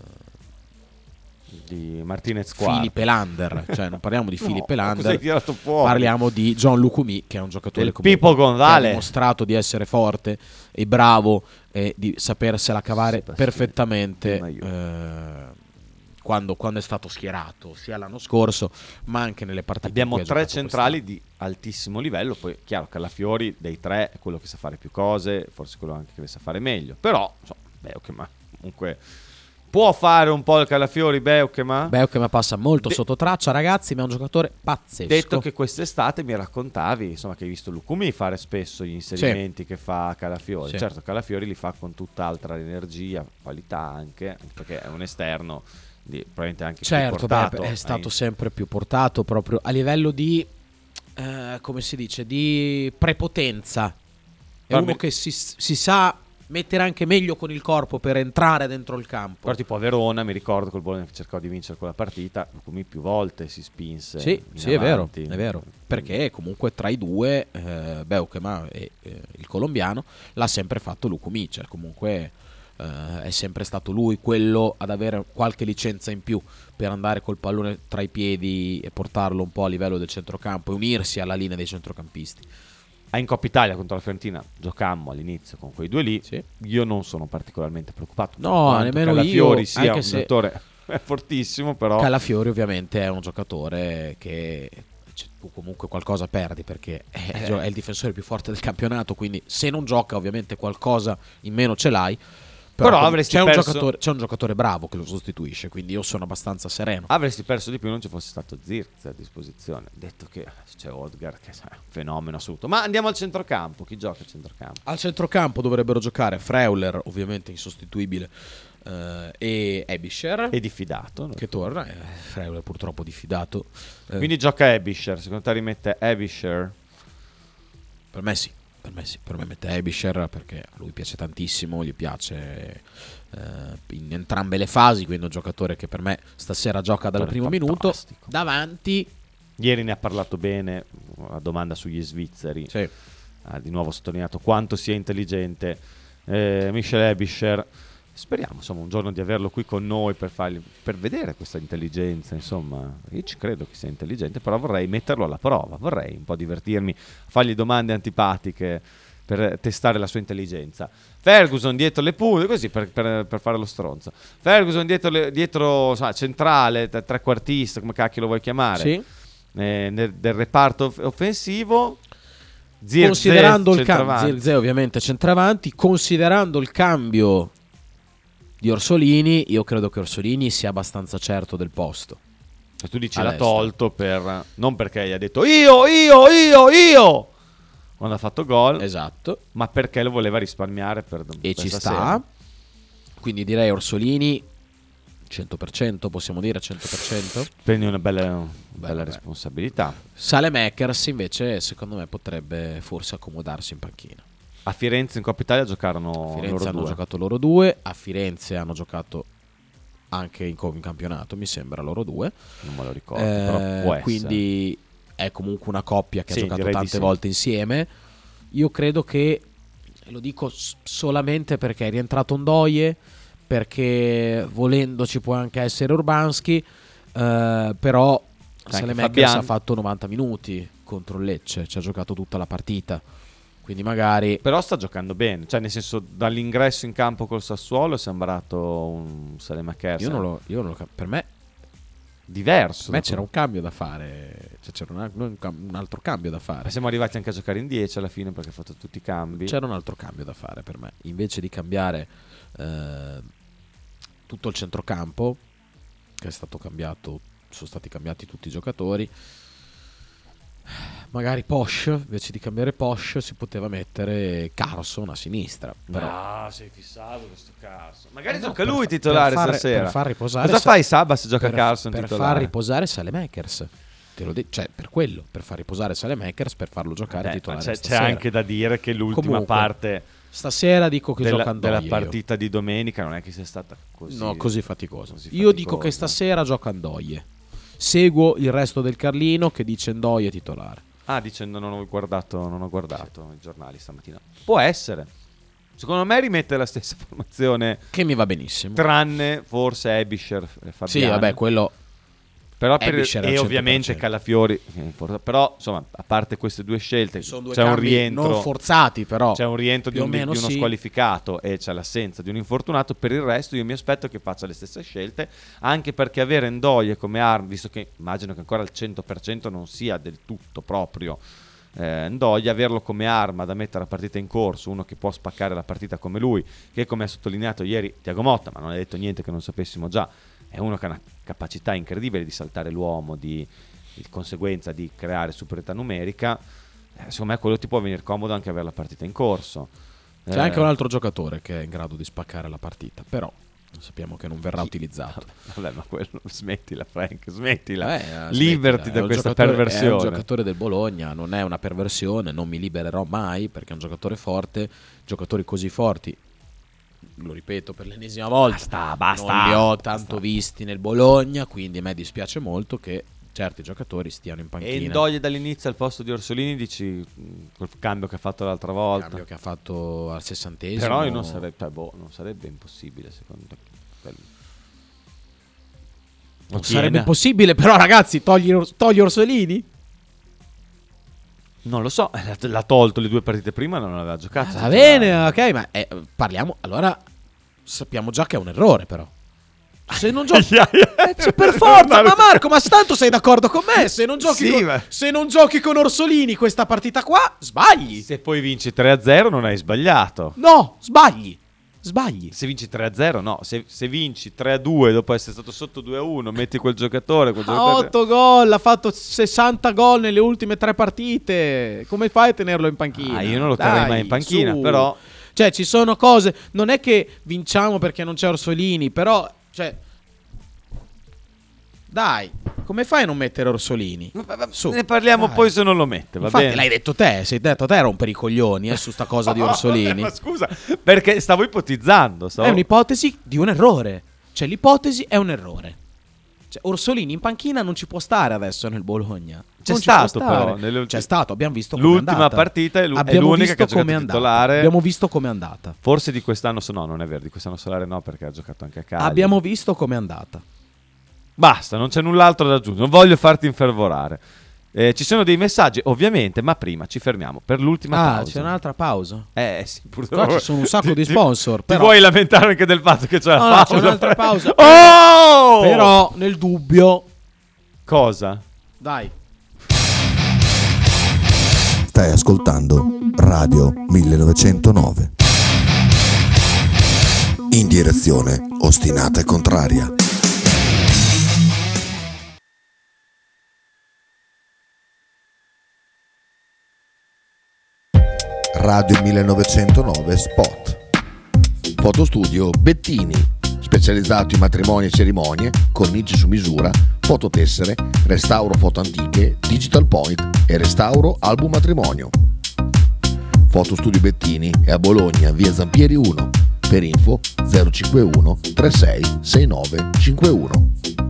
eh, di Martinez qua. Philip Elander, cioè non parliamo di No, Philip cosa hai Elander, tirato fuori? parliamo di John Lukumi, che è un giocatore Del comunque Pippo che ha Gonzalez. dimostrato di essere forte e bravo e di sapersela cavare Sì, perfettamente prima io. eh, quando, quando è stato schierato sia l'anno scorso ma anche nelle partite in Abbiamo cui ha tre giocato centrali di altissimo livello, poi chiaro Calafiori dei tre è quello che sa fare più cose, forse quello anche che sa fare meglio, però so, beh, ok, ma comunque può fare un po' il Calafiori, Beukema? Beukema passa molto De- sotto traccia, ragazzi, ma è un giocatore pazzesco. Detto che quest'estate mi raccontavi, insomma, che hai visto Lukumi fare spesso gli inserimenti che fa Calafiori. Sì. Certo, Calafiori li fa con tutt'altra energia, qualità anche, perché è un esterno di, probabilmente anche certo, più beh, portato. è stato ai- sempre più portato proprio a livello di eh, come si dice, di prepotenza. È Però uno mi- che si, si sa mettere anche meglio con il corpo per entrare dentro il campo. Però tipo a Verona mi ricordo col Bologna che cercava di vincere quella partita, Lukumi più volte si spinse. Sì, in sì, è vero, avanti. è vero. Perché comunque tra i due, eh, Beukema e eh, il colombiano, l'ha sempre fatto Lukumi, cioè comunque eh, è sempre stato lui quello ad avere qualche licenza in più per andare col pallone tra i piedi e portarlo un po' a livello del centrocampo e unirsi alla linea dei centrocampisti. Ah, in Coppa Italia contro la Fiorentina giocammo all'inizio con quei due lì. Sì. Io non sono particolarmente preoccupato. No, per quanto nemmeno Calafiori io, sia anche un se- giocatore è fortissimo, però Calafiori ovviamente è un giocatore che cioè, tu comunque qualcosa perdi perché è, Eh. è il difensore più forte del campionato, quindi se non gioca ovviamente qualcosa in meno ce l'hai, Però, Però avresti c'è, un perso- giocatore, c'è un giocatore bravo che lo sostituisce, quindi io sono abbastanza sereno. Avresti perso di più non ci fosse stato Zirkzee a disposizione. Detto che c'è Odgar che è un fenomeno assoluto. Ma andiamo al centrocampo. Chi gioca al centrocampo? Al centrocampo dovrebbero giocare Freuler, ovviamente insostituibile, eh, e Ebischer. È diffidato. Che torna. Eh, Freuler purtroppo diffidato. Eh, Quindi gioca Ebischer. Secondo te rimette Ebischer? Per me sì. Per me sì, per me mette Ebischer perché a lui piace tantissimo, gli piace eh, in entrambe le fasi, quindi è un giocatore che per me stasera gioca dal primo minuto. Davanti, Ieri ne ha parlato bene, a domanda sugli svizzeri. Sì. Ha di nuovo sottolineato quanto sia intelligente eh, Michel Ebischer. Speriamo insomma un giorno di averlo qui con noi per, fargli, per vedere questa intelligenza. Insomma, io ci credo che sia intelligente, però vorrei metterlo alla prova, vorrei un po' divertirmi a fargli domande antipatiche per testare la sua intelligenza. Ferguson dietro le punte, così per, per, per fare lo stronzo. Ferguson dietro, le, dietro sa, centrale, trequartista, come cacchio lo vuoi chiamare, sì. eh, nel, del reparto off- offensivo. Zirkzee, considerando il cambio, centravanti. Zirkzee ovviamente centravanti, considerando il cambio di Orsolini, io credo che Orsolini sia abbastanza certo del posto. E tu dici a l'ha destra. tolto per non perché gli ha detto io, io, io, io quando ha fatto gol, esatto, ma perché lo voleva risparmiare per e ci questa sta. sera. Quindi direi Orsolini cento per cento, possiamo dire cento per cento. Prendi una bella, una bella responsabilità. Saelemaekers invece secondo me potrebbe forse accomodarsi in panchina. A Firenze in Coppa Italia giocarono A Firenze loro hanno due. giocato loro due, a Firenze hanno giocato anche in, in campionato, mi sembra loro due. Non me lo ricordo, però può essere. Quindi è comunque una coppia che Sì, ha giocato direi di tante sì. volte insieme. Io credo che, lo dico s- solamente perché è rientrato Ndoye, perché volendo ci può anche essere Urbanski, eh, però Saelemaekers Fabian. ha fatto novanta minuti contro il Lecce, ci ha giocato tutta la partita. Quindi magari... Però sta giocando bene, cioè nel senso dall'ingresso in campo col Sassuolo è sembrato un Saelemaekers. Io non lo, io non lo cap- per me diverso. per me c'era un cambio da fare, cioè c'era un, un cam- un altro cambio da fare. Ma siamo arrivati anche a giocare in dieci alla fine perché ha fatto tutti i cambi. C'era un altro cambio da fare per me. Invece di cambiare eh, tutto il centrocampo, che è stato cambiato, sono stati cambiati tutti i giocatori. Magari Posch, invece di cambiare Posch, si poteva mettere Carlson a sinistra. Però Ah, sei fissato questo Carlson. Magari Eh no, gioca per lui fa- titolare per fare- stasera. per far riposare Cosa Sa- fai Sabba se gioca per, Carlson per titolare? far riposare Saelemaekers. Te lo dico, cioè per quello, per far riposare Saelemaekers, per farlo giocare Beh, titolare c'è, c'è stasera. anche da dire che l'ultima Comunque, parte stasera dico che della, gioca Ndoye della io. partita di domenica non è che sia stata così, No, così faticosa. così Io dico che faticosa. stasera gioca Ndoye. Seguo il resto del Carlino che dice Ndoye titolare. Ah, dicendo non ho guardato, non ho guardato i giornali stamattina. Può essere. Secondo me rimette la stessa formazione. Che mi va benissimo. Tranne forse Ebischer e Fabian. Sì, vabbè, quello... Però per, Ebischer al e cento per ovviamente cento. Calafiori. eh, Però, insomma, a parte queste due scelte, Sono due c'è un cambi rientro. non forzati, però. C'è un rientro di, più o un, di meno uno sì. squalificato e c'è l'assenza di un infortunato. Per il resto, io mi aspetto che faccia le stesse scelte. Anche perché avere Ndoye come arma, visto che immagino che ancora al cento per cento non sia del tutto proprio. Eh, Ndoye, averlo come arma da mettere la partita in corso, uno che può spaccare la partita come lui, che come ha sottolineato ieri Thiago Motta, ma non ha detto niente che non sapessimo già, è uno che ha una capacità incredibile di saltare l'uomo, di, di conseguenza di creare superiorità numerica. Eh, secondo me quello ti può venire comodo anche avere la partita in corso. C'è Eh, anche un altro giocatore che è in grado di spaccare la partita, però sappiamo che non verrà utilizzato. Vabbè, ma quello smettila, Frank, smettila. Eh, Liberti smettila, è da un questa giocatore- perversione. È un giocatore del Bologna, non è una perversione, non mi libererò mai perché è un giocatore forte. Giocatori così forti, lo ripeto per l'ennesima volta, Basta, basta, non li ho basta. tanto visti nel Bologna, quindi a me dispiace molto che certi giocatori stiano in panchina. E Ndoye dall'inizio al posto di Orsolini, dici mh, quel cambio che ha fatto l'altra volta. Il cambio che ha fatto al sessantesimo. Però io non sarebbe, cioè, boh, non sarebbe impossibile secondo te. Quel- Non Lo sarebbe tiene? impossibile, però ragazzi, togli, togli Orsolini? Non lo so, l'ha, l'ha tolto le due partite prima, non aveva giocato. Va bene, ok, ma eh, parliamo. Allora sappiamo già che è un errore, però. Se non giochi, eh, cioè, per forza, ma Marco, ma tanto sei d'accordo con me? Se non giochi, Sì, con, ma- se non giochi con Orsolini questa partita qua, sbagli. Se poi vinci tre a zero non hai sbagliato. No, sbagli. sbagli. Se vinci tre a zero, no. Se, se vinci tre a due dopo essere stato sotto due a uno, metti quel giocatore. Quel Ha giocatore... otto gol, ha fatto sessanta gol nelle ultime tre partite. Come fai a tenerlo in panchina? Ah, io non lo terrei Dai, mai in panchina, su. però. Cioè, ci sono cose. Non è che vinciamo perché non c'è Orsolini, però. Cioè. Dai, come fai a non mettere Orsolini? Su, ne parliamo dai. poi se non lo mette, va Infatti bene? l'hai detto te, sei detto te rompere i coglioni eh, su sta cosa di Orsolini. Ma scusa, perché stavo ipotizzando. Stavo... È un'ipotesi di un errore. Cioè, l'ipotesi è un errore. Cioè, Orsolini in panchina non ci può stare adesso nel Bologna. C'è Non ci può stato stare. però nelle... C'è stato, abbiamo visto come è l'ultima andata. partita è, l'u- è Abbiamo l'unica visto che ha giocato com'è andata. titolare. Abbiamo visto com'è andata. Forse di quest'anno, so, no, non è vero, di quest'anno solare no, perché ha giocato anche a Cagliari. Abbiamo visto com'è andata. Basta, non c'è null'altro da aggiungere, non voglio farti infervorare. Eh, ci sono dei messaggi, ovviamente, ma prima ci fermiamo per l'ultima Ah, pausa. c'è un'altra pausa. Eh sì, purtroppo. Qua ci sono un sacco Ti- di ti- sponsor. Ti però... vuoi lamentare anche del fatto che c'è la No, no, pausa? c'è un'altra pausa. Oh! Però, nel dubbio... Cosa? Dai. Stai ascoltando Radio millenovecentonove. In direzione ostinata e contraria. Radio millenovecentonove Spot. Fotostudio Bettini, specializzato in matrimoni e cerimonie, cornici su misura, fototessere, restauro foto antiche, digital point e restauro album matrimonio. Fotostudio Bettini è a Bologna, via Zampieri uno. Per info zero cinquantuno trentasei sessantanove cinquantuno.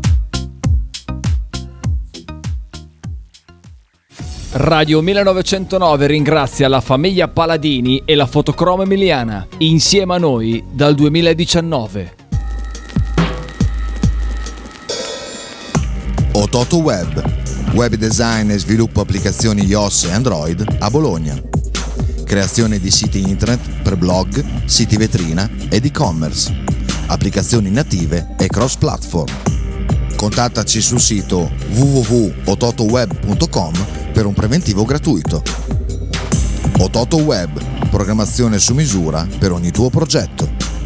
Radio millenovecentonove ringrazia la famiglia Paladini e la Fotocromo Emiliana, insieme a noi dal duemiladiciannove. Ototo Web, web design e sviluppo applicazioni iOS e Android a Bologna. Creazione di siti internet per blog, siti vetrina ed e-commerce, applicazioni native e cross-platform. Contattaci sul sito w w w punto ototoweb punto com per un preventivo gratuito. Ototo Web, programmazione su misura per ogni tuo progetto.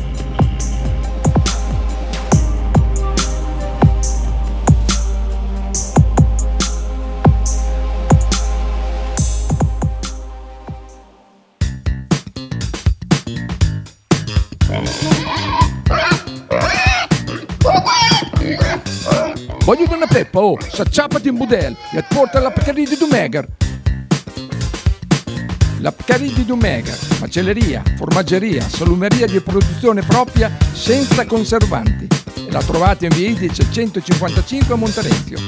Voglio una peppa, oh, s'acciappati in budel e porta la Pcaridi di Dumegar. La Pcaridi di Dumegar, macelleria, formaggeria, salumeria di produzione propria senza conservanti. E la trovate in via Idice centocinquantacinque a Monterezio.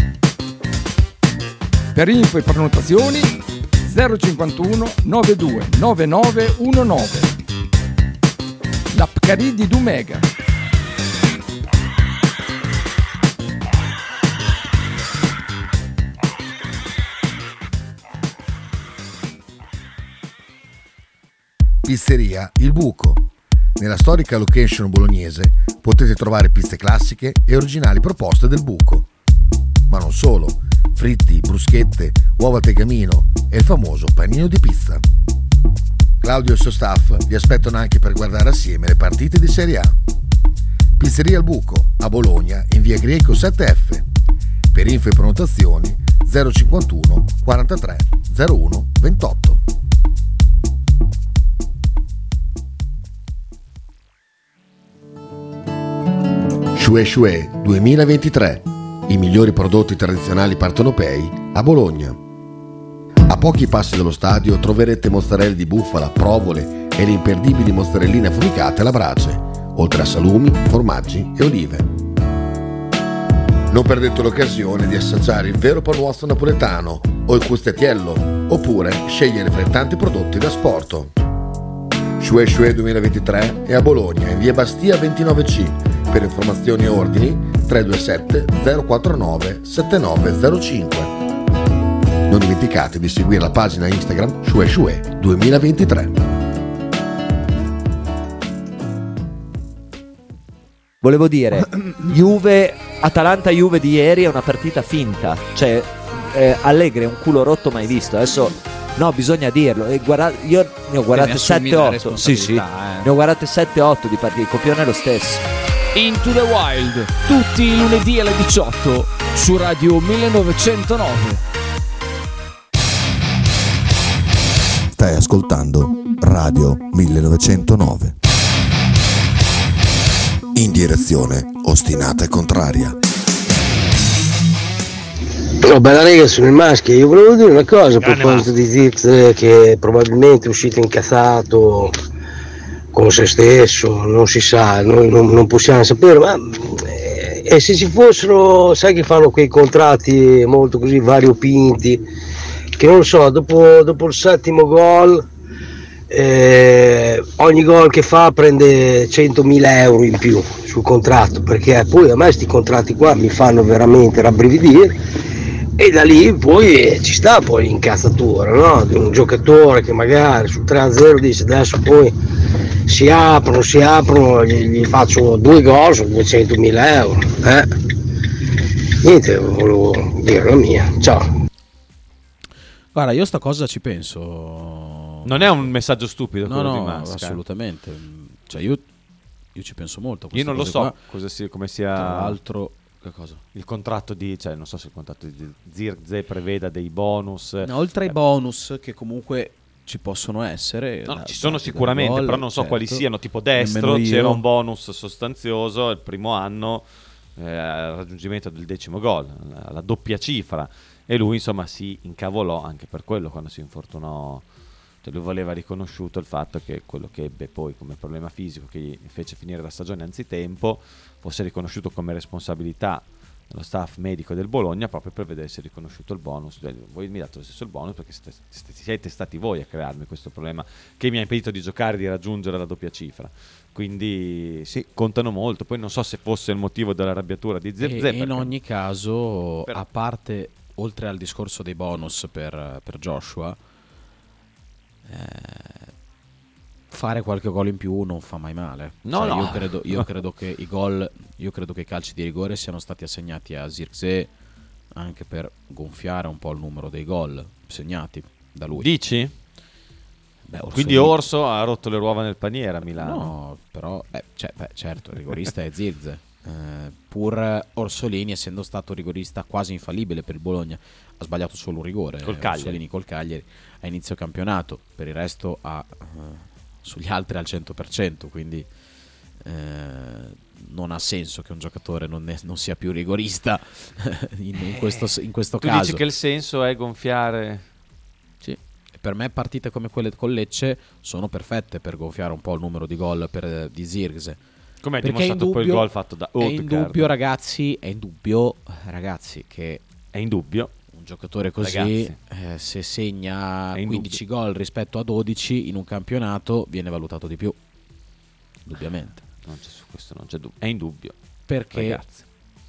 Per info e prenotazioni zero cinquantuno novantadue novantanove diciannove. La Pcaridi di Dumegar. Pizzeria Il Buco. Nella storica location bolognese potete trovare pizze classiche e originali proposte del buco. Ma non solo, fritti, bruschette, uova al tegamino e il famoso panino di pizza. Claudio e il suo staff vi aspettano anche per guardare assieme le partite di Serie A. Pizzeria Il Buco, a Bologna, in via Greco sette F. Per info e prenotazioni zero cinquantuno quarantatré zero uno ventotto. Shue Shue duemilaventitré. I migliori prodotti tradizionali partenopei a Bologna. A pochi passi dallo stadio troverete mozzarella di bufala, provole e le imperdibili mozzarelline affumicate alla brace, oltre a salumi, formaggi e olive. Non perdete l'occasione di assaggiare il vero panuozzo napoletano o il custettiello, oppure scegliere fra i tanti prodotti da sporto. Shue Shue duemilaventitré è a Bologna, in via Bastia ventinove C. Per informazioni e ordini tre due sette zero quattro nove sette nove zero cinque. Non dimenticate di seguire la pagina Instagram Shue Shue duemilaventitré. Volevo dire, Juve, Atalanta-Juve di ieri è una partita finta, cioè eh, Allegri è un culo rotto mai visto. Adesso No, bisogna dirlo. E guarda, io ne ho guardate ne assumi sette la otto. Sì, sì. responsabilità, eh. Ne ho guardate sette otto di partite. Il copione è lo stesso. Into the Wild, tutti i lunedì alle diciotto su Radio millenovecentonove. Stai ascoltando Radio millenovecentonove. In direzione ostinata e contraria. Oh, bella rega, sono il maschio. Io volevo dire una cosa a proposito di Zirkzee, che probabilmente è uscito incazzato con se stesso, non si sa, noi non, non possiamo sapere, ma eh, e se ci fossero, sai che fanno quei contratti molto così variopinti, che non lo so, dopo, dopo il settimo gol, eh, ogni gol che fa prende centomila euro in più sul contratto, perché poi a me questi contratti qua mi fanno veramente rabbrividire. E da lì poi ci sta poi l'incazzatura, no? Di un giocatore che magari sul tre a zero dice adesso poi si aprono, si aprono, gli, gli faccio due gol su duecentomila euro. Eh? Niente, volevo dire la mia. Ciao. Guarda, io sta cosa ci penso. Non è un messaggio stupido No, quello no, di Musk. assolutamente. Cioè io, io ci penso molto a Io queste non lo cose so qua. cosa sia, come sia. Tra l'altro, che cosa? Il contratto di, cioè non so se il contratto di Zirkzee preveda dei bonus. No, oltre ai bonus che comunque ci possono essere. No, da- ci sono da- sicuramente, da gol, però non so certo. quali siano. Tipo Nemmeno destro io. c'era un bonus sostanzioso il primo anno eh, al raggiungimento del decimo gol, la, la doppia cifra, e lui insomma si incavolò anche per quello quando si infortunò. Cioè, lui voleva riconosciuto il fatto che quello che ebbe poi come problema fisico che gli fece finire la stagione anzitempo fosse riconosciuto come responsabilità dello staff medico del Bologna, proprio per vedersi riconosciuto il bonus. Cioè, voi mi date lo stesso il bonus perché siete, siete stati voi a crearmi questo problema che mi ha impedito di giocare e di raggiungere la doppia cifra. Quindi sì, contano molto. Poi non so se fosse il motivo dell'arrabbiatura di Zirkzee, E in perché- ogni caso, Però- a parte, oltre al discorso dei bonus per, per Joshua, eh, fare qualche gol in più non fa mai male. No, Cioè, no. Io credo, io credo che i gol, io credo che i calci di rigore siano stati assegnati a Zirkzee anche per gonfiare un po' il numero dei gol segnati da lui. Dici? Beh, Quindi Orsolini- Orso ha rotto le uova nel paniere a Milano. No, però, eh, cioè, beh, certo, il rigorista è Zirkzee. Eh, pur Orsolini, essendo stato rigorista quasi infallibile per il Bologna, ha sbagliato solo un rigore. Col eh, Cagliari. Orsolini col Cagliari a inizio campionato, per il resto ha eh, sugli altri al cento per cento, quindi eh, non ha senso che un giocatore non, ne- non sia più rigorista in, in questo, in questo Tu caso. dici che il senso è gonfiare. Sì. E per me partite come quelle con Lecce sono perfette per gonfiare un po' il numero di gol per, eh, di Zirkzee. Come è Perché è dimostrato poi il indubbio- gol fatto da È Odegaard. indubbio, ragazzi, è indubbio, ragazzi, che è indubbio un giocatore così, Ragazzi. eh, se segna È indubbio. quindici gol rispetto a dodici in un campionato, viene valutato di più. Indubbiamente. Non c'è, su questo non c'è dubbio. È indubbio. Perché? Ragazzi.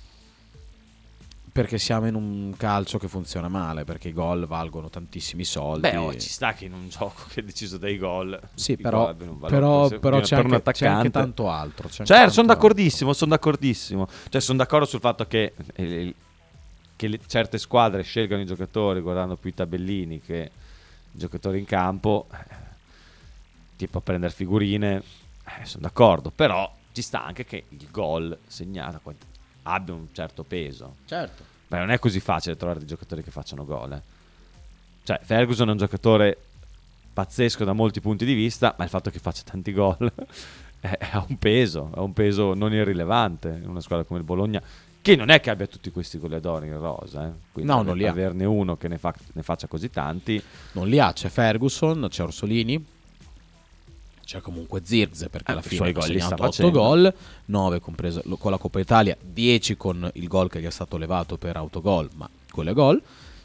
Perché siamo in un calcio che funziona male, perché i gol valgono tantissimi soldi. Beh, oh, ci sta che in un gioco che è deciso dai gol. Sì, i però- gol abbiano un valore però- così, però per c'è un anche- attaccante. c'è anche tanto altro, c'è anche Certo, tanto sono d'accordissimo, sono d'accordissimo. Cioè, sono d'accordo sul fatto che, eh, che le- certe squadre scelgano i giocatori guardando più i tabellini che i giocatori in campo, eh, tipo a prendere figurine, eh, sono d'accordo. Però ci sta anche che il gol segnato quant- abbia un certo peso. Certo. Beh, non è così facile trovare dei giocatori che facciano gol. eh. Cioè, Ferguson è un giocatore pazzesco da molti punti di vista, ma il fatto che faccia tanti gol è- ha un peso, ha un peso non irrilevante in una squadra come il Bologna, che non è che abbia tutti questi goleadori in rosa. eh. Quindi No, non li ha. averne uno che ne, fa- ne faccia così tanti. Non li ha, c'è Ferguson, c'è Orsolini, c'è comunque Zirkzee, perché Eh, alla i fine suoi ha gol li segnato sta otto facendo. gol, nove compreso lo- con la Coppa Italia, dieci con il gol che gli è stato levato per autogol, ma quello è gol.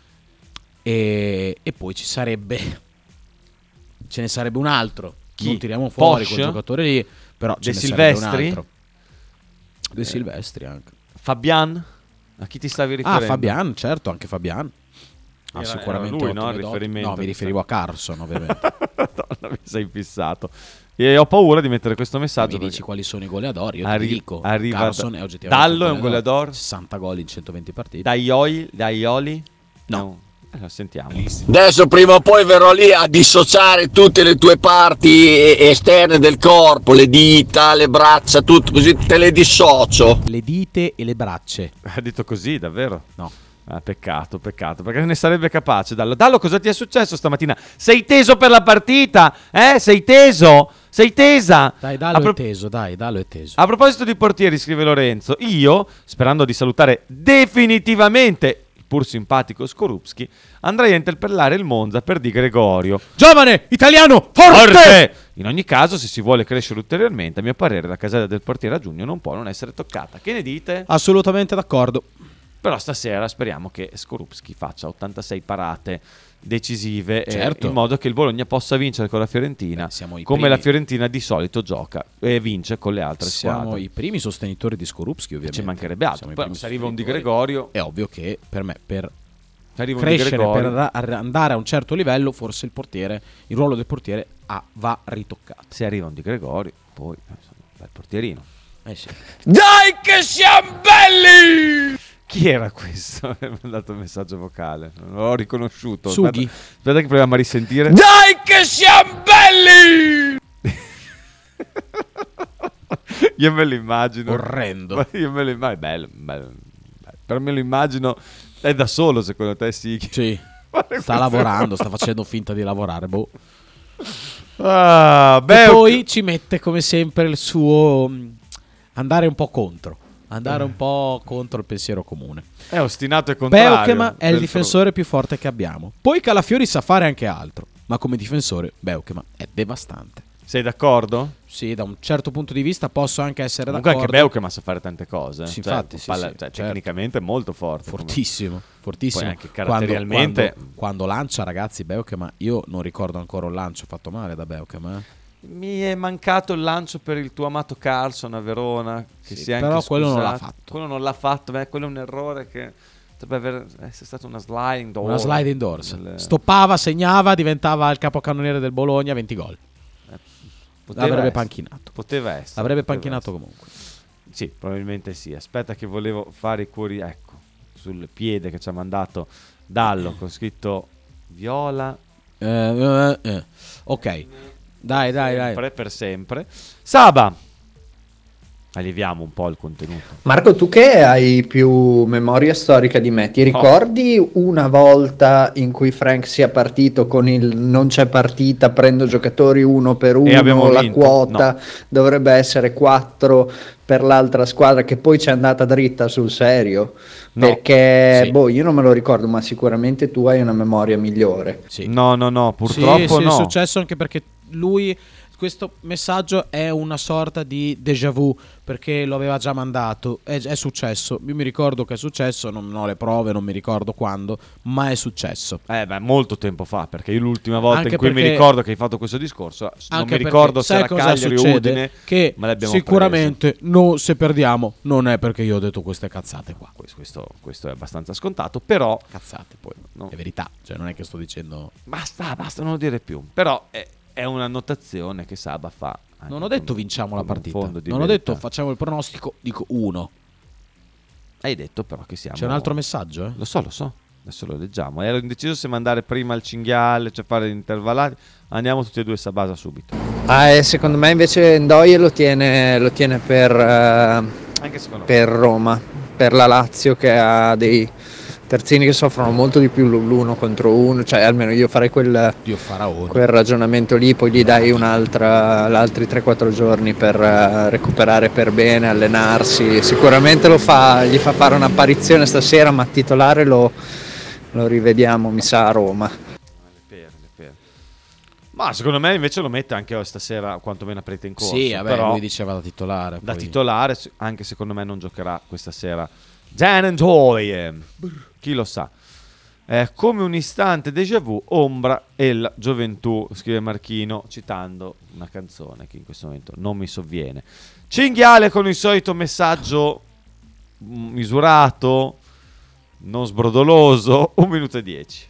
E, e poi ci sarebbe, ce ne sarebbe un altro. Chi? Non tiriamo fuori Porsche? quel giocatore lì, però ce De ne sarebbe un Silvestri? altro. De Eh, Silvestri anche. Fabian? A chi ti stavi Ah, riferendo? Fabian, certo, anche Fabian. Ha Era- sicuramente era lui, ottime no, il doti. riferimento, No, mi mi riferivo a Carson, ovviamente. Madonna, mi sei fissato. E ho paura di mettere questo messaggio. Mi dici quali sono i goleador? Io Arri- ti dico, arriva Carson da- è oggettivamente Dallo è un goleador? sessanta gol in centoventi partite. Daioli? Daioli? No. Allora, sentiamo. Adesso prima o poi verrò lì a dissociare tutte le tue parti esterne del corpo, le dita, le braccia, tutto così te le dissocio. Le dita e le braccia. Ha detto così, davvero? No. Ah, peccato, peccato, perché ne sarebbe capace. Dallo, Dallo, cosa ti è successo stamattina? Sei teso per la partita? Eh? Sei teso? Sei tesa? Dai, Dallo pro- è teso, dai, Dallo è teso. A proposito di portieri, scrive Lorenzo, io, sperando di salutare definitivamente pur simpatico Skorupski, andrei a interpellare il Monza per Di Gregorio. Giovane, italiano, forte! Forte! In ogni caso, se si vuole crescere ulteriormente, a mio parere la casella del portiere a giugno non può non essere toccata. Che ne dite? Assolutamente d'accordo. Però stasera speriamo che Skorupski faccia ottantasei parate decisive, Certo. eh, in modo che il Bologna possa vincere con la Fiorentina, Beh, siamo i come primi. la Fiorentina di solito gioca e vince con le altre Siamo squadre. i primi sostenitori di Skorupski, ovviamente. Ci mancherebbe altro. Siamo i Poi primi se arriva un Di sostenitori. Gregorio, è ovvio che per me, per se arriva un Di crescere, Gregorio, per ar- andare a un certo livello, forse il portiere, il ruolo del portiere ah, va ritoccato. se arriva un Di Gregorio, poi insomma, bel portierino. Eh sì. Dai che siamo belli! Chi era questo? Mi ha mandato un messaggio vocale, non l'ho riconosciuto. Sughi. Aspetta, aspetta che proviamo a risentire. Dai che siamo belli! Io me lo immagino. Orrendo. Ma io me lo immagino. Bello, bello, bello. Per me lo immagino. È da solo, secondo te, sì? Sì. Sta lavorando, sta facendo finta di lavorare. Boh. Ah, beh, e poi ci mette come sempre il suo mh, andare un po' contro. Andare un po' contro il pensiero comune. È ostinato e contrario. Beukema è il del difensore più forte che abbiamo. Poi Calafiori sa fare anche altro, ma come difensore Beukema è devastante. Sei d'accordo? Sì, da un certo punto di vista posso anche essere Comunque d'accordo. anche Beukema sa fare tante cose. Sì, Cioè, infatti, sì, palla- sì, cioè, certo. tecnicamente è molto forte. Fortissimo, fortissimo. Poi anche Quando- caratterialmente. Quando, quando lancia, ragazzi, Beukema, io non ricordo ancora un lancio fatto male da Beukema. Eh. Mi è mancato il lancio per il tuo amato Carlson a Verona. Che Sì, si è anche però quello non l'ha scusato. fatto. Quello non l'ha fatto. Beh, quello è un errore che dovrebbe aver- essere stata una sliding door. Una sliding doors. Nel- Stoppava, segnava, diventava il capocannoniere del Bologna, venti gol. Poteva L'avrebbe essere. panchinato. Poteva essere. L'avrebbe poteva panchinato essere. comunque. Sì, probabilmente sì. Aspetta che volevo fare i cuori, ecco, sul piede che ci ha mandato Dallo con scritto Viola. Eh, eh, eh. Ok, dai, dai, dai. Sempre, per sempre. Saba. Alleviamo un po' il contenuto. Marco, tu che hai più memoria storica di me, ti ricordi una volta in cui Frank sia partito con il non c'è partita, prendo giocatori uno per E abbiamo uno, la vinto? quota No. dovrebbe essere quattro per l'altra squadra, che poi c'è andata dritta sul serio? No. Perché, Sì. boh, io non me lo ricordo, ma sicuramente tu hai una memoria migliore. Sì. No, no, no, purtroppo Sì, sì, no. è successo anche perché lui, questo messaggio è una sorta di déjà vu, perché lo aveva già mandato. È, è successo. Io mi ricordo che è successo, non ho le prove, non mi ricordo quando, ma è successo. Eh beh, molto tempo fa, perché io l'ultima volta Anche in cui mi perché- ricordo che hai fatto questo discorso, non Anche mi ricordo perché se sai era cosa Cagliari o succede? Udine, Che ma le abbiamo sicuramente no, se perdiamo non è perché io ho detto queste cazzate qua. prese. Questo, questo è abbastanza scontato, però Cazzate poi, No. è verità, cioè non è che sto dicendo. basta, basta non lo dire più. Però è, è una notazione che Saba fa. anche Non ho detto come- vinciamo la come un partita. fondo di Non ho verità. detto facciamo il pronostico, dico uno. Hai detto però che siamo... C'è un altro messaggio? Eh? Lo so, lo so. Adesso lo leggiamo. Ero indeciso se mandare prima il cinghiale, cioè fare intervallati. Andiamo tutti e due a Sabasa subito. Ah, e secondo me invece Ndoye lo tiene, lo tiene per, eh, Anche secondo me. per Roma, per la Lazio, che ha dei terzini che soffrono molto di più l'uno contro uno, cioè almeno io farei quel, Dio faraone. quel ragionamento lì, poi gli dai un'altra, altri tre quattro giorni per eh, recuperare per bene, allenarsi, sicuramente lo fa, gli fa fare un'apparizione stasera, ma titolare lo, lo rivediamo, mi sa, a Roma. Le pere, le pere. Ma secondo me invece lo mette anche stasera, quantomeno a prete in corso. Sì, vabbè, però lui diceva da titolare. da poi- titolare, anche secondo me non giocherà questa sera. Jan Ndoye, chi lo sa. È come un istante déjà vu, ombra e la gioventù, scrive Marchino, citando una canzone che in questo momento non mi sovviene. Cinghiale con il solito messaggio mm, misurato, non sbrodoloso, un minuto e dieci.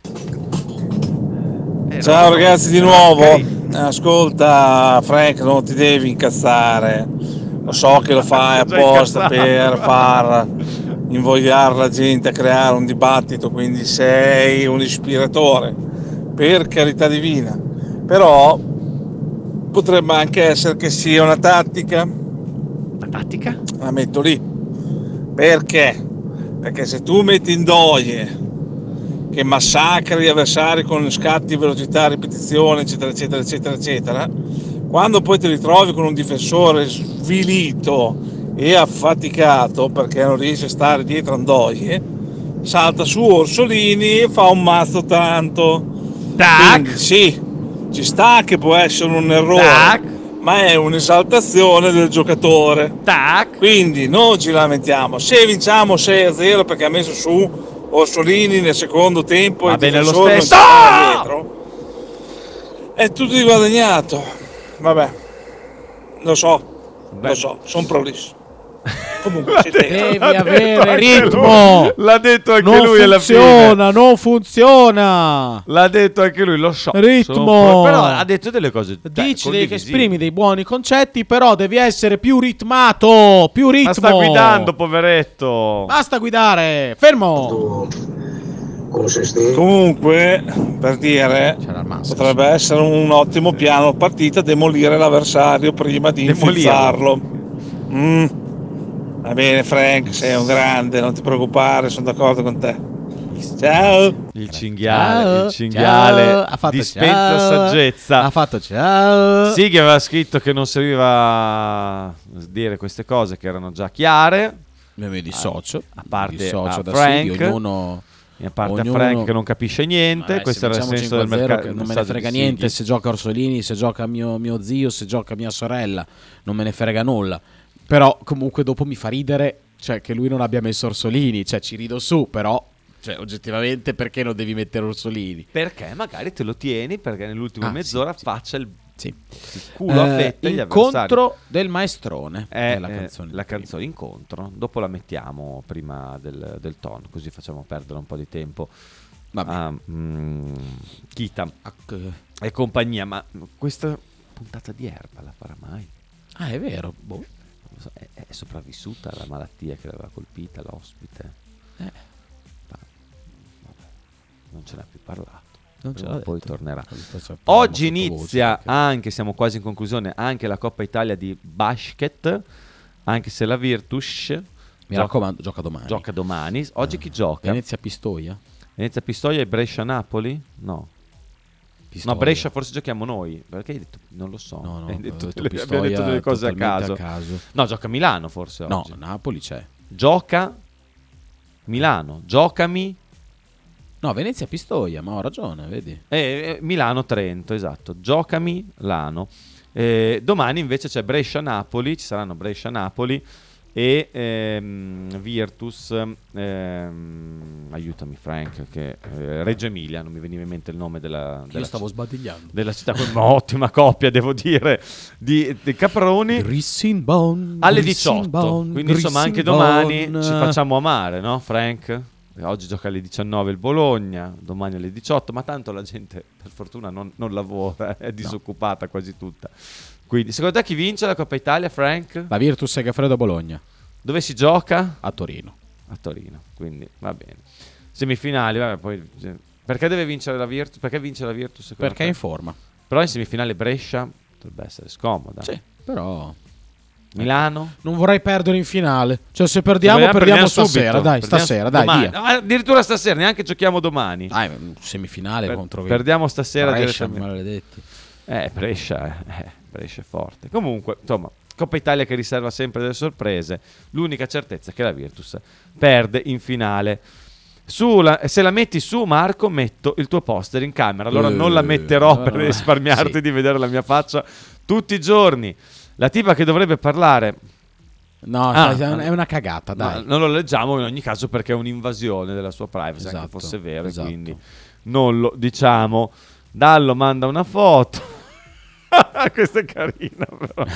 Eh, Ciao no, ragazzi di no, nuovo. carino. Ascolta Frank, non ti devi incazzare. Lo so che lo fai Già apposta incazzato. per far invogliare la gente a creare un dibattito, quindi sei un ispiratore, per carità divina, però potrebbe anche essere che sia una tattica. Una tattica? La metto lì. Perché? Perché se tu metti in Ndoye che massacra gli avversari con scatti, velocità, ripetizione, eccetera, eccetera, eccetera, eccetera, quando poi ti ritrovi con un difensore svilito e affaticato perché non riesce a stare dietro a Ndoye, salta su Orsolini e fa un mazzo tanto. Tac. Quindi sì, ci sta che può essere un errore, Tac. ma è un'esaltazione del giocatore. Tac. Quindi non ci lamentiamo. Se vinciamo sei a zero perché ha messo su Orsolini nel secondo tempo Va e bene lo difensore non stesso. c'era dietro, è tutto di guadagnato. Vabbè, lo so, Beh. lo so, sono prolisso. Comunque siete- Devi L'ha detto avere anche ritmo. lui. L'ha detto anche non lui alla fine. funziona, non funziona. L'ha detto anche lui, lo so. Ritmo. Sono- Però ha detto delle cose. cioè, Dici dei- che condivisibili. esprimi dei buoni concetti, però devi essere più ritmato, più ritmo. Ma sta guidando, poveretto. Basta guidare. Fermo. Comunque, per dire, potrebbe essere un ottimo piano partita demolire l'avversario prima di Demolirlo. infilzarlo. Mm. Va bene Frank, sei un grande, non ti preoccupare, sono d'accordo con te. Ciao. Il cinghiale, Ciao. il cinghiale Ciao. Ha fatto dispensa ciao. saggezza. Ha fatto ciao. Sì, che aveva scritto che non serviva dire queste cose che erano già chiare. Io mi dissocio. A parte Mi dissocio a da Frank, Silvio, ognuno- a parte ognuno- a Frank che non capisce niente. Eh, Questo se era il vinciamo senso del cinque a zero, mercato. che non me ne frega niente se gioca Orsolini, se gioca mio, mio zio, se gioca mia sorella, non me ne frega nulla. Però comunque dopo mi fa ridere, cioè, che lui non abbia messo Orsolini, cioè ci rido su, però cioè, oggettivamente perché non devi mettere Orsolini? Perché magari te lo tieni perché nell'ultima Ah, mezz'ora sì, sì. faccia il, Sì. il culo a Eh, fette agli avversari. Incontro del maestrone È è la eh, canzone. la canzone Incontro. Dopo la mettiamo prima del, del tono, così facciamo perdere un po' di tempo a mm, Kita e compagnia. Ma questa puntata di Erba la farà mai? Ah, è vero. Boh. Non so, è, è sopravvissuta alla malattia che l'aveva colpita, l'ospite? Eh. Ma, vabbè, non ce n'ha più parlato. Non ce Prima l'ha o poi detto. tornerà. Parliamo Oggi sottovoce, inizia perché- anche, siamo quasi in conclusione, anche la Coppa Italia di basket, anche se la Virtus Mi raccomando, gioca domani. Gioca domani. Oggi chi gioca? Venezia Pistoia. Venezia Pistoia e Brescia Napoli? No. Pistoia. No, Brescia forse giochiamo noi. Perché hai detto? Non lo so. No, no, hai ho detto, detto delle, Pistoia abbiamo detto delle cose a totalmente caso. a caso. No, gioca Milano forse No, oggi. Napoli c'è. Gioca Milano. Giocami. No, Venezia Pistoia, ma ho ragione, vedi. Eh, eh, Milano-Trento, esatto. Giocami Lano. Eh, domani invece c'è Brescia-Napoli. Ci saranno Brescia-Napoli e ehm, Virtus. Ehm, aiutami, Frank. Che, eh, Reggio Emilia, non mi veniva in mente il nome della. della stavo citt- sbadigliando. Della città, un'ottima coppia, devo dire, di, di Caproni. Grissinbon, Alle Grissinbon, diciotto. Quindi insomma anche Grissinbon. domani ci facciamo amare, no, Frank? Oggi gioca alle diciannove il Bologna, domani alle diciotto, ma tanto la gente per fortuna non, non lavora, è disoccupata quasi tutta. Quindi secondo te chi vince la Coppa Italia, Frank? La Virtus Segafredo Bologna. Dove si gioca? A Torino. A Torino, quindi va bene. Semifinali, vabbè, poi perché deve vincere la Virtus? Perché vince la Virtus? secondo Perché te? è in forma. Però in semifinale Brescia potrebbe essere scomoda. Sì, però Milano? non vorrei perdere in finale. Cioè se perdiamo, Perdiamo, perdiamo perdiamo stasera, subito. dai, Perdiamo stasera, dai, domani. via. No, addirittura stasera, neanche giochiamo domani. Dai, semifinale Per- contro perdiamo stasera Brescia, direttamente. maledetti. Eh, Brescia, eh, Brescia è forte. Comunque, insomma, Coppa Italia che riserva sempre delle sorprese. L'unica certezza è che la Virtus perde in finale. Sulla, se la metti su, Marco, metto il tuo poster in camera. Allora Eh, non la metterò per eh, risparmiarti sì. di vedere la mia faccia tutti i giorni. La tipa che dovrebbe parlare. No, Ah, sai, è una cagata, No, dai. non lo leggiamo in ogni caso perché è un'invasione della sua privacy, anche Esatto, fosse vero, e esatto. quindi non lo diciamo. Dallo manda una foto. Questa è carina però.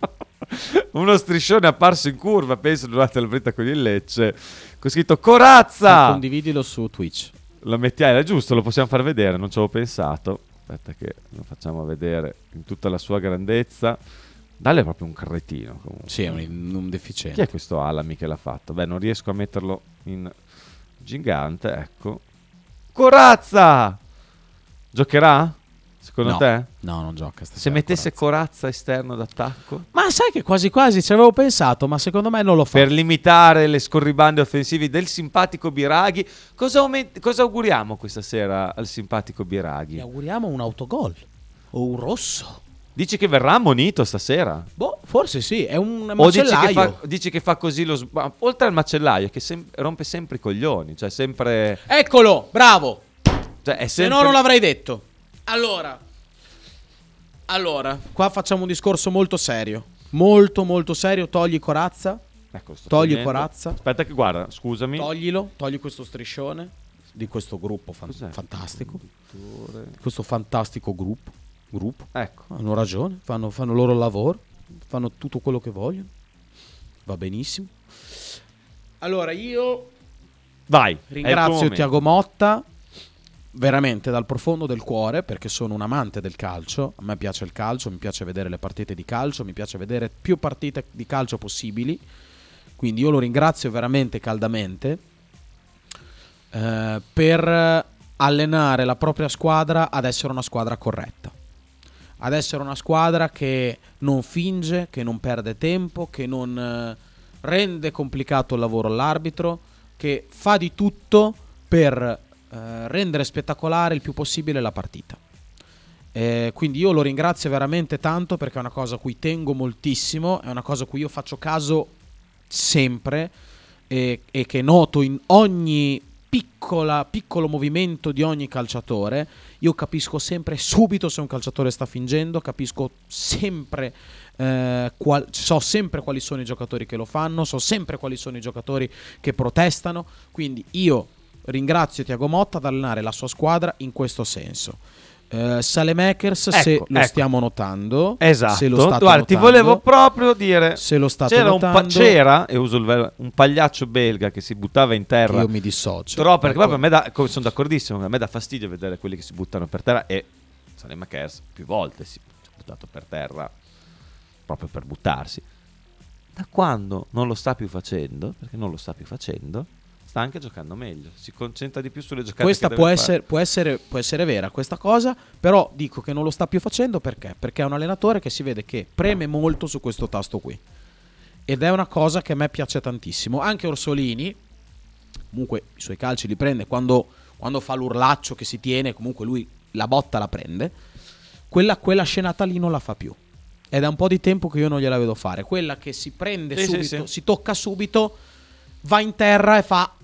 Uno striscione apparso in curva, penso, durante la partita con il Lecce, con scritto Corazza. Condividilo su Twitch. Lo mettiamo, è giusto, lo possiamo far vedere, non ci avevo pensato. Aspetta che lo facciamo vedere in tutta la sua grandezza. Dalle è proprio un cretino comunque. Sì, è un, un deficiente. Chi è questo Alami che l'ha fatto? Beh, non riesco a metterlo in gigante, ecco. Corazza! Giocherà? Secondo No. te? No, non gioca Se stasera, mettesse Corazza esterno d'attacco? Ma sai che quasi quasi ci avevo pensato, ma secondo me non lo fa. Per limitare le scorribande offensive del simpatico Biraghi, cosa, aument- cosa auguriamo questa sera al simpatico Biraghi? Gli auguriamo un autogol o un rosso. Dici che verrà ammonito stasera? Boh, forse sì, è un O dici che, macellaio. fa, dici che fa così lo sb- oltre al macellaio che sem- rompe sempre i coglioni, cioè sempre Eccolo, bravo. cioè è Se sempre no non l'avrei detto. Allora, allora, qua facciamo un discorso molto serio. Molto molto serio, togli Corazza. Ecco, sto Togli togliendo. Corazza. Aspetta che guarda, scusami. Toglilo, togli questo striscione di questo gruppo fan- fantastico. Di questo fantastico gruppo. Gruppo. Ecco. Hanno ragione, fanno, fanno il loro lavoro, fanno tutto quello che vogliono. Va benissimo. Allora io Vai, è il tuo ringrazio momento. Tiago Motta veramente dal profondo del cuore, perché sono un amante del calcio. A me piace il calcio, mi piace vedere le partite di calcio, mi piace vedere più partite di calcio possibili. Quindi io lo ringrazio veramente caldamente eh, per allenare la propria squadra ad essere una squadra corretta, ad essere una squadra che non finge, che non perde tempo, che non eh, rende complicato il lavoro all'arbitro, che fa di tutto per eh, rendere spettacolare il più possibile la partita. Eh, quindi io lo ringrazio veramente tanto, perché è una cosa a cui tengo moltissimo, è una cosa a cui io faccio caso sempre e, e che noto in ogni piccola, piccolo movimento di ogni calciatore. Io capisco sempre subito se un calciatore sta fingendo, capisco sempre eh, qual- so sempre quali sono i giocatori che lo fanno, so sempre quali sono i giocatori che protestano. Quindi io ringrazio Tiago Motta ad allenare la sua squadra in questo senso. Uh, Salemakers, se Ecco, lo ecco. stiamo notando, Esatto. se lo state Guarda, ti notando, volevo proprio dire se lo state c'era un, pa- notando, c'era, e uso il vero, un pagliaccio belga che si buttava in terra. Io mi dissocio. Però perché Ecco. proprio a me dà, come sono d'accordissimo, a me dà fastidio vedere quelli che si buttano per terra, e Salemakers più volte si è buttato per terra proprio per buttarsi. Da quando non lo sta più facendo, perché non lo sta più facendo, sta anche giocando meglio, si concentra di più sulle giocate Questa che può deve essere, fare. può, essere, può essere vera questa cosa, però dico che non lo sta più facendo perché? Perché è un allenatore che si vede che preme molto su questo tasto qui, ed è una cosa che a me piace tantissimo. Anche Orsolini comunque i suoi calci li prende quando, quando fa l'urlaccio che si tiene, comunque lui la botta la prende. Quella, quella scenata lì non la fa più, ed è un po' di tempo che io non gliela vedo fare. Quella che si prende Sì, subito, sì, sì. si tocca subito, va in terra e fa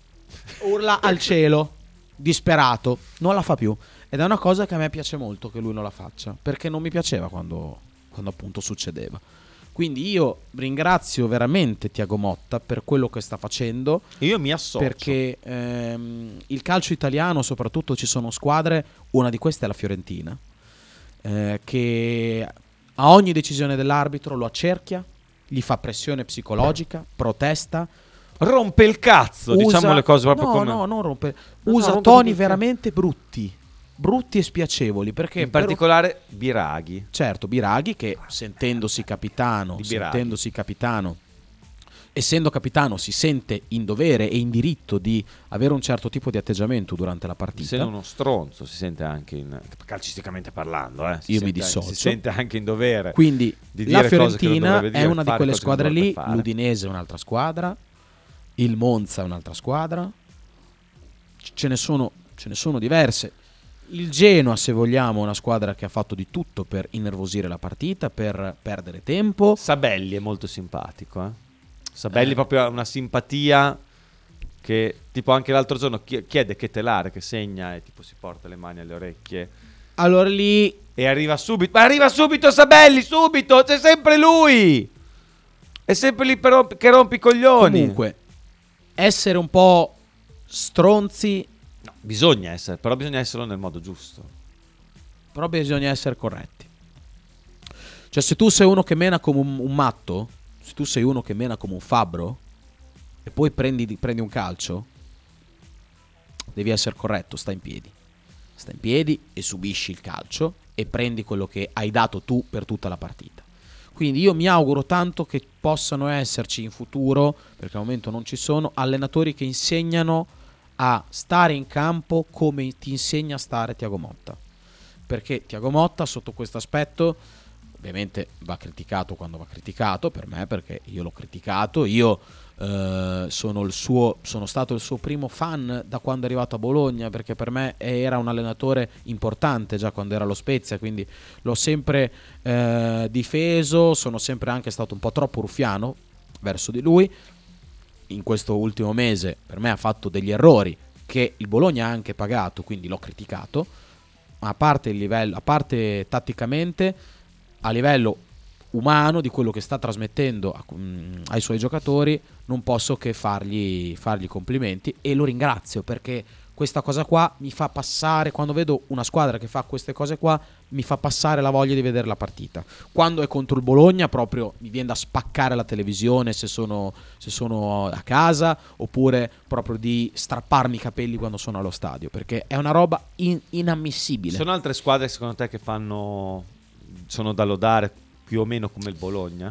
urla al cielo disperato, non la fa più, ed è una cosa che a me piace molto che lui non la faccia, perché non mi piaceva quando, quando appunto succedeva. Quindi io ringrazio veramente Tiago Motta per quello che sta facendo. Io mi associo, perché ehm, il calcio italiano, soprattutto ci sono squadre, una di queste è la Fiorentina, eh, che a ogni decisione dell'arbitro lo accerchia, gli fa pressione psicologica, protesta, rompe il cazzo, usa- diciamo le cose proprio no, come no, non rompe. No, Usa rompe toni perché- veramente brutti, brutti e spiacevoli, perché in per- particolare Biraghi. certo, Biraghi, che sentendosi capitano, Di Biraghi. sentendosi capitano, essendo capitano, si sente in dovere e in diritto di avere un certo tipo di atteggiamento durante la partita. Se uno stronzo si sente anche in, calcisticamente parlando, eh, si Io mi sente- dissocio. si sente anche in dovere. Quindi di la dire cose che non Fiorentina dovrebbe è dire, una di fare quelle cose che non squadre lì, dovrebbe fare. l'Udinese è un'altra squadra, il Monza è un'altra squadra, C- ce ne sono, ce ne sono diverse. Il Genoa, se vogliamo, è una squadra che ha fatto di tutto per innervosire la partita, per perdere tempo. Sabelli è molto simpatico, eh. Sabelli Eh. proprio ha una simpatia che tipo anche l'altro giorno chi- chiede che telare, che segna e tipo si porta le mani alle orecchie Allora lì e arriva subito, ma arriva subito Sabelli, subito, c'è sempre lui, è sempre lì per romp- che rompi i coglioni. comunque essere un po' stronzi, No, bisogna essere, però bisogna esserlo nel modo giusto. però bisogna essere corretti. Cioè, se tu sei uno che mena come un, un matto, se tu sei uno che mena come un fabbro e poi prendi, prendi un calcio, devi essere corretto, sta in piedi. Sta in piedi e subisci il calcio e prendi quello che hai dato tu per tutta la partita. Quindi io mi auguro tanto che possano esserci in futuro, perché al momento non ci sono, allenatori che insegnano a stare in campo come ti insegna a stare Thiago Motta. Perché Thiago Motta sotto questo aspetto ovviamente va criticato quando va criticato, per me, perché io l'ho criticato, io eh, sono, il suo, sono stato il suo primo fan da quando è arrivato a Bologna, perché per me era un allenatore importante già quando era allo Spezia, quindi l'ho sempre eh, difeso, sono sempre anche stato un po' troppo ruffiano verso di lui. In questo ultimo mese per me ha fatto degli errori che il Bologna ha anche pagato, quindi l'ho criticato, ma a parte il livello, a parte tatticamente, a livello umano di quello che sta trasmettendo a, um, ai suoi giocatori, non posso che fargli, fargli complimenti, e lo ringrazio perché questa cosa qua mi fa passare, quando vedo una squadra che fa queste cose qua, mi fa passare la voglia di vedere la partita. Quando è contro il Bologna proprio mi viene da spaccare la televisione se sono, se sono a casa, oppure proprio di strapparmi i capelli quando sono allo stadio, perché è una roba in, inammissibile. Sono altre squadre secondo te che fanno, sono da lodare più o meno come il Bologna?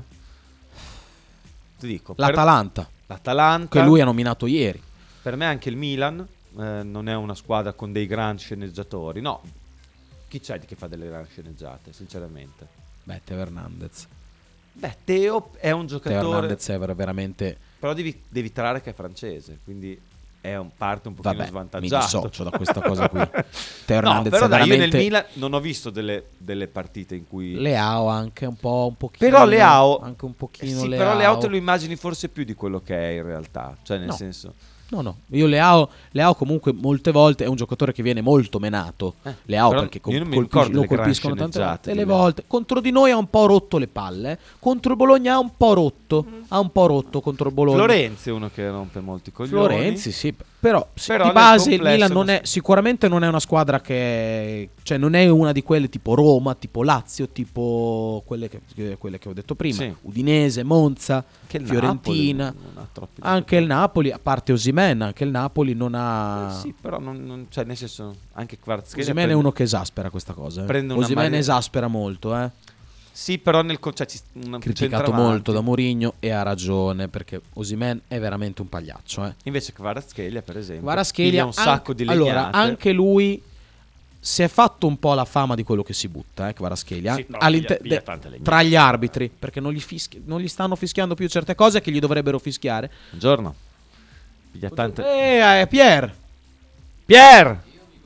Ti dico, L'Atalanta, per... L'Atalanta, che lui ha nominato ieri. Per me anche il Milan eh, non è una squadra con dei gran sceneggiatori. No, chi c'è che fa delle gran sceneggiate, sinceramente? Beh, Teo Hernandez. Beh, Teo è un giocatore... Teo Hernandez è veramente... Però devi, devi trarre che è francese, quindi è un parte un pochino Vabbè, svantaggiato. mi dissocio da questa cosa qui. Teo No, Hernandez però è dai, veramente... io nel Milan non ho visto delle, delle partite in cui... Leao anche un po', un pochino... Però Leao... Anche un pochino sì, Leao. però Leao te lo immagini forse più di quello che è in realtà. Cioè nel No. senso... No, no, io Leao, Leao comunque molte volte è un giocatore che viene molto menato. Eh, Leao però perché io non mi colpisce- ricordo lo le gran colpiscono tante sceneggiate volte. E di le Leao. volte contro di noi ha un po' rotto le palle. Contro il Bologna ha un po' rotto. Ha un po' rotto contro il Bologna. Florenzi è uno che rompe molti coglioni. Florenzi, sì, però, sì, Però di nel base il complesso Milan non non è, sicuramente non è una squadra che, cioè non è una di quelle tipo Roma, tipo Lazio, tipo quelle che, quelle che ho detto prima, Sì. Udinese, Monza, Che il Fiorentina, Napoli non ha troppi anche il Napoli, a parte Osimhen, anche il Napoli non ha... Eh sì, però non, non- cioè nel senso anche Kvaratskhelia Osimhen è prende- uno che esaspera questa cosa. Eh. prende una Osimhen mari- esaspera molto, eh. Sì, però nel co- cioè, ci- un Criticato centravanti. molto da Mourinho e ha ragione, perché Osimhen è veramente un pagliaccio, eh. Invece Kvaratskhelia, per esempio, Kvaratskhelia piglia un sacco anche- di legnate. allora, anche lui si è fatto un po' la fama di quello che si butta, eh, Kvaratskhelia, Sì, però all'inter- piglia- piglia de- tante legnate. tra gli arbitri, perché non gli, fischi- non gli stanno fischiando più certe cose che gli dovrebbero fischiare. Buongiorno. Piglia tante... Eh, eh, Pier! Pier!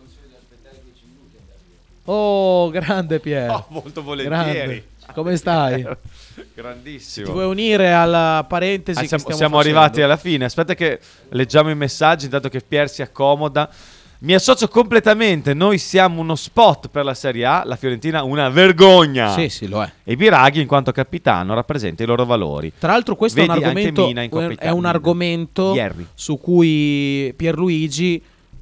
Oh, grande Pier! Oh, molto volentieri. Grande. Come stai? Grandissimo. Ti vuoi unire alla parentesi Ah, che siamo stiamo siamo facendo? arrivati alla fine. Aspetta che leggiamo i messaggi intanto che Pier si accomoda. Mi associo completamente. Noi siamo uno spot per la Serie A. La Fiorentina una vergogna. Sì, sì, lo è. E Biraghi, in quanto capitano, rappresenta i loro valori. Tra l'altro questo Vedi è un anche argomento, Mina in Coppa è un Italia. argomento Ieri. su cui Pierluigi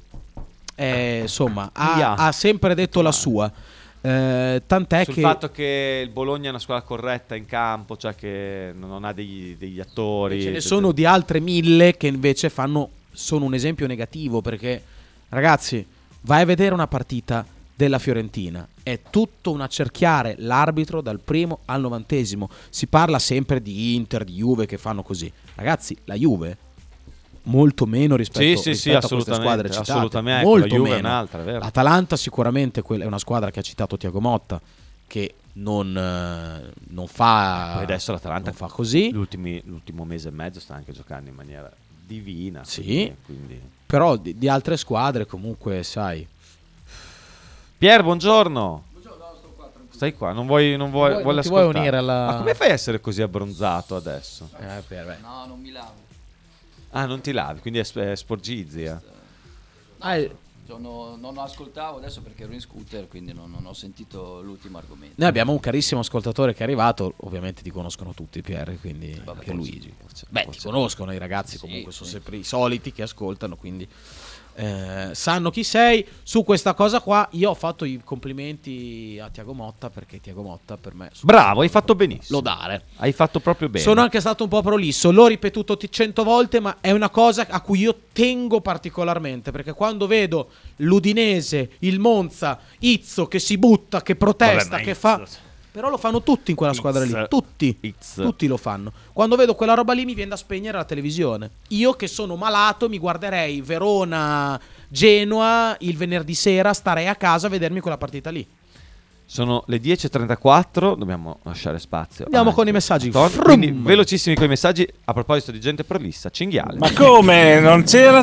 eh, insomma ha, Ia. ha sempre detto la sua. Eh, tant'è Sul che fatto che il Bologna è una squadra corretta in campo, cioè che non ha degli, degli attori. ce ne eccetera. sono di altre mille che invece fanno sono un esempio negativo, perché ragazzi, vai a vedere una partita della Fiorentina, è tutto un accerchiare l'arbitro dal primo al novantesimo. Si parla sempre di Inter, di Juve che fanno così. Ragazzi, la Juve molto meno rispetto, Sì, sì, sì, rispetto a queste assolutamente, squadre citate. assolutamente. Molto La Juve è meno. un'altra, è vero. L'Atalanta sicuramente quella è una squadra che ha citato Thiago Motta, che non, eh, non fa Poi adesso l'Atalanta non fa così. L'ultimi- l'ultimo mese e mezzo sta anche giocando in maniera divina. Sì. quindi- quindi- Però di, di altre squadre comunque, sai. Pier, buongiorno. Stai qua, non vuoi, non vuoi, vuoi- vuoi non ti vuoi ascoltare? unire alla- Ma come fai a essere così abbronzato adesso? Eh, per, beh. No, non mi lavo. Ah, non ti lavi, quindi è, sp- è sporgizzi. eh. Ah, è- Sono- non ascoltavo adesso perché ero in scooter, quindi non, non ho sentito l'ultimo argomento. Noi abbiamo un carissimo ascoltatore che è arrivato, ovviamente ti conoscono tutti, Pier, quindi Pierluigi. Beh, ti conoscono i ragazzi, comunque sono sempre i soliti che ascoltano, quindi eh, sanno chi sei. Su questa cosa qua io ho fatto i complimenti a Thiago Motta, perché Thiago Motta per me Bravo, hai fatto benissimo. lodare. Hai fatto proprio bene. Sono anche stato un po' prolisso, l'ho ripetuto t- cento volte, ma è una cosa a cui io tengo particolarmente, perché quando vedo l'Udinese, il Monza, Izzo che si butta, che protesta, Vabbè, ma che Izzo- fa... Però lo fanno tutti in quella squadra lì, tutti, It's. tutti lo fanno. Quando vedo quella roba lì mi viene da spegnere la televisione. Io che sono malato mi guarderei Verona, Genoa il venerdì sera, starei a casa a vedermi quella partita lì. Sono le dieci e trentaquattro, dobbiamo lasciare spazio. Andiamo anche. con i messaggi. Quindi velocissimi con i messaggi. A proposito di gente prolissa, cinghiale. Ma come? Non c'era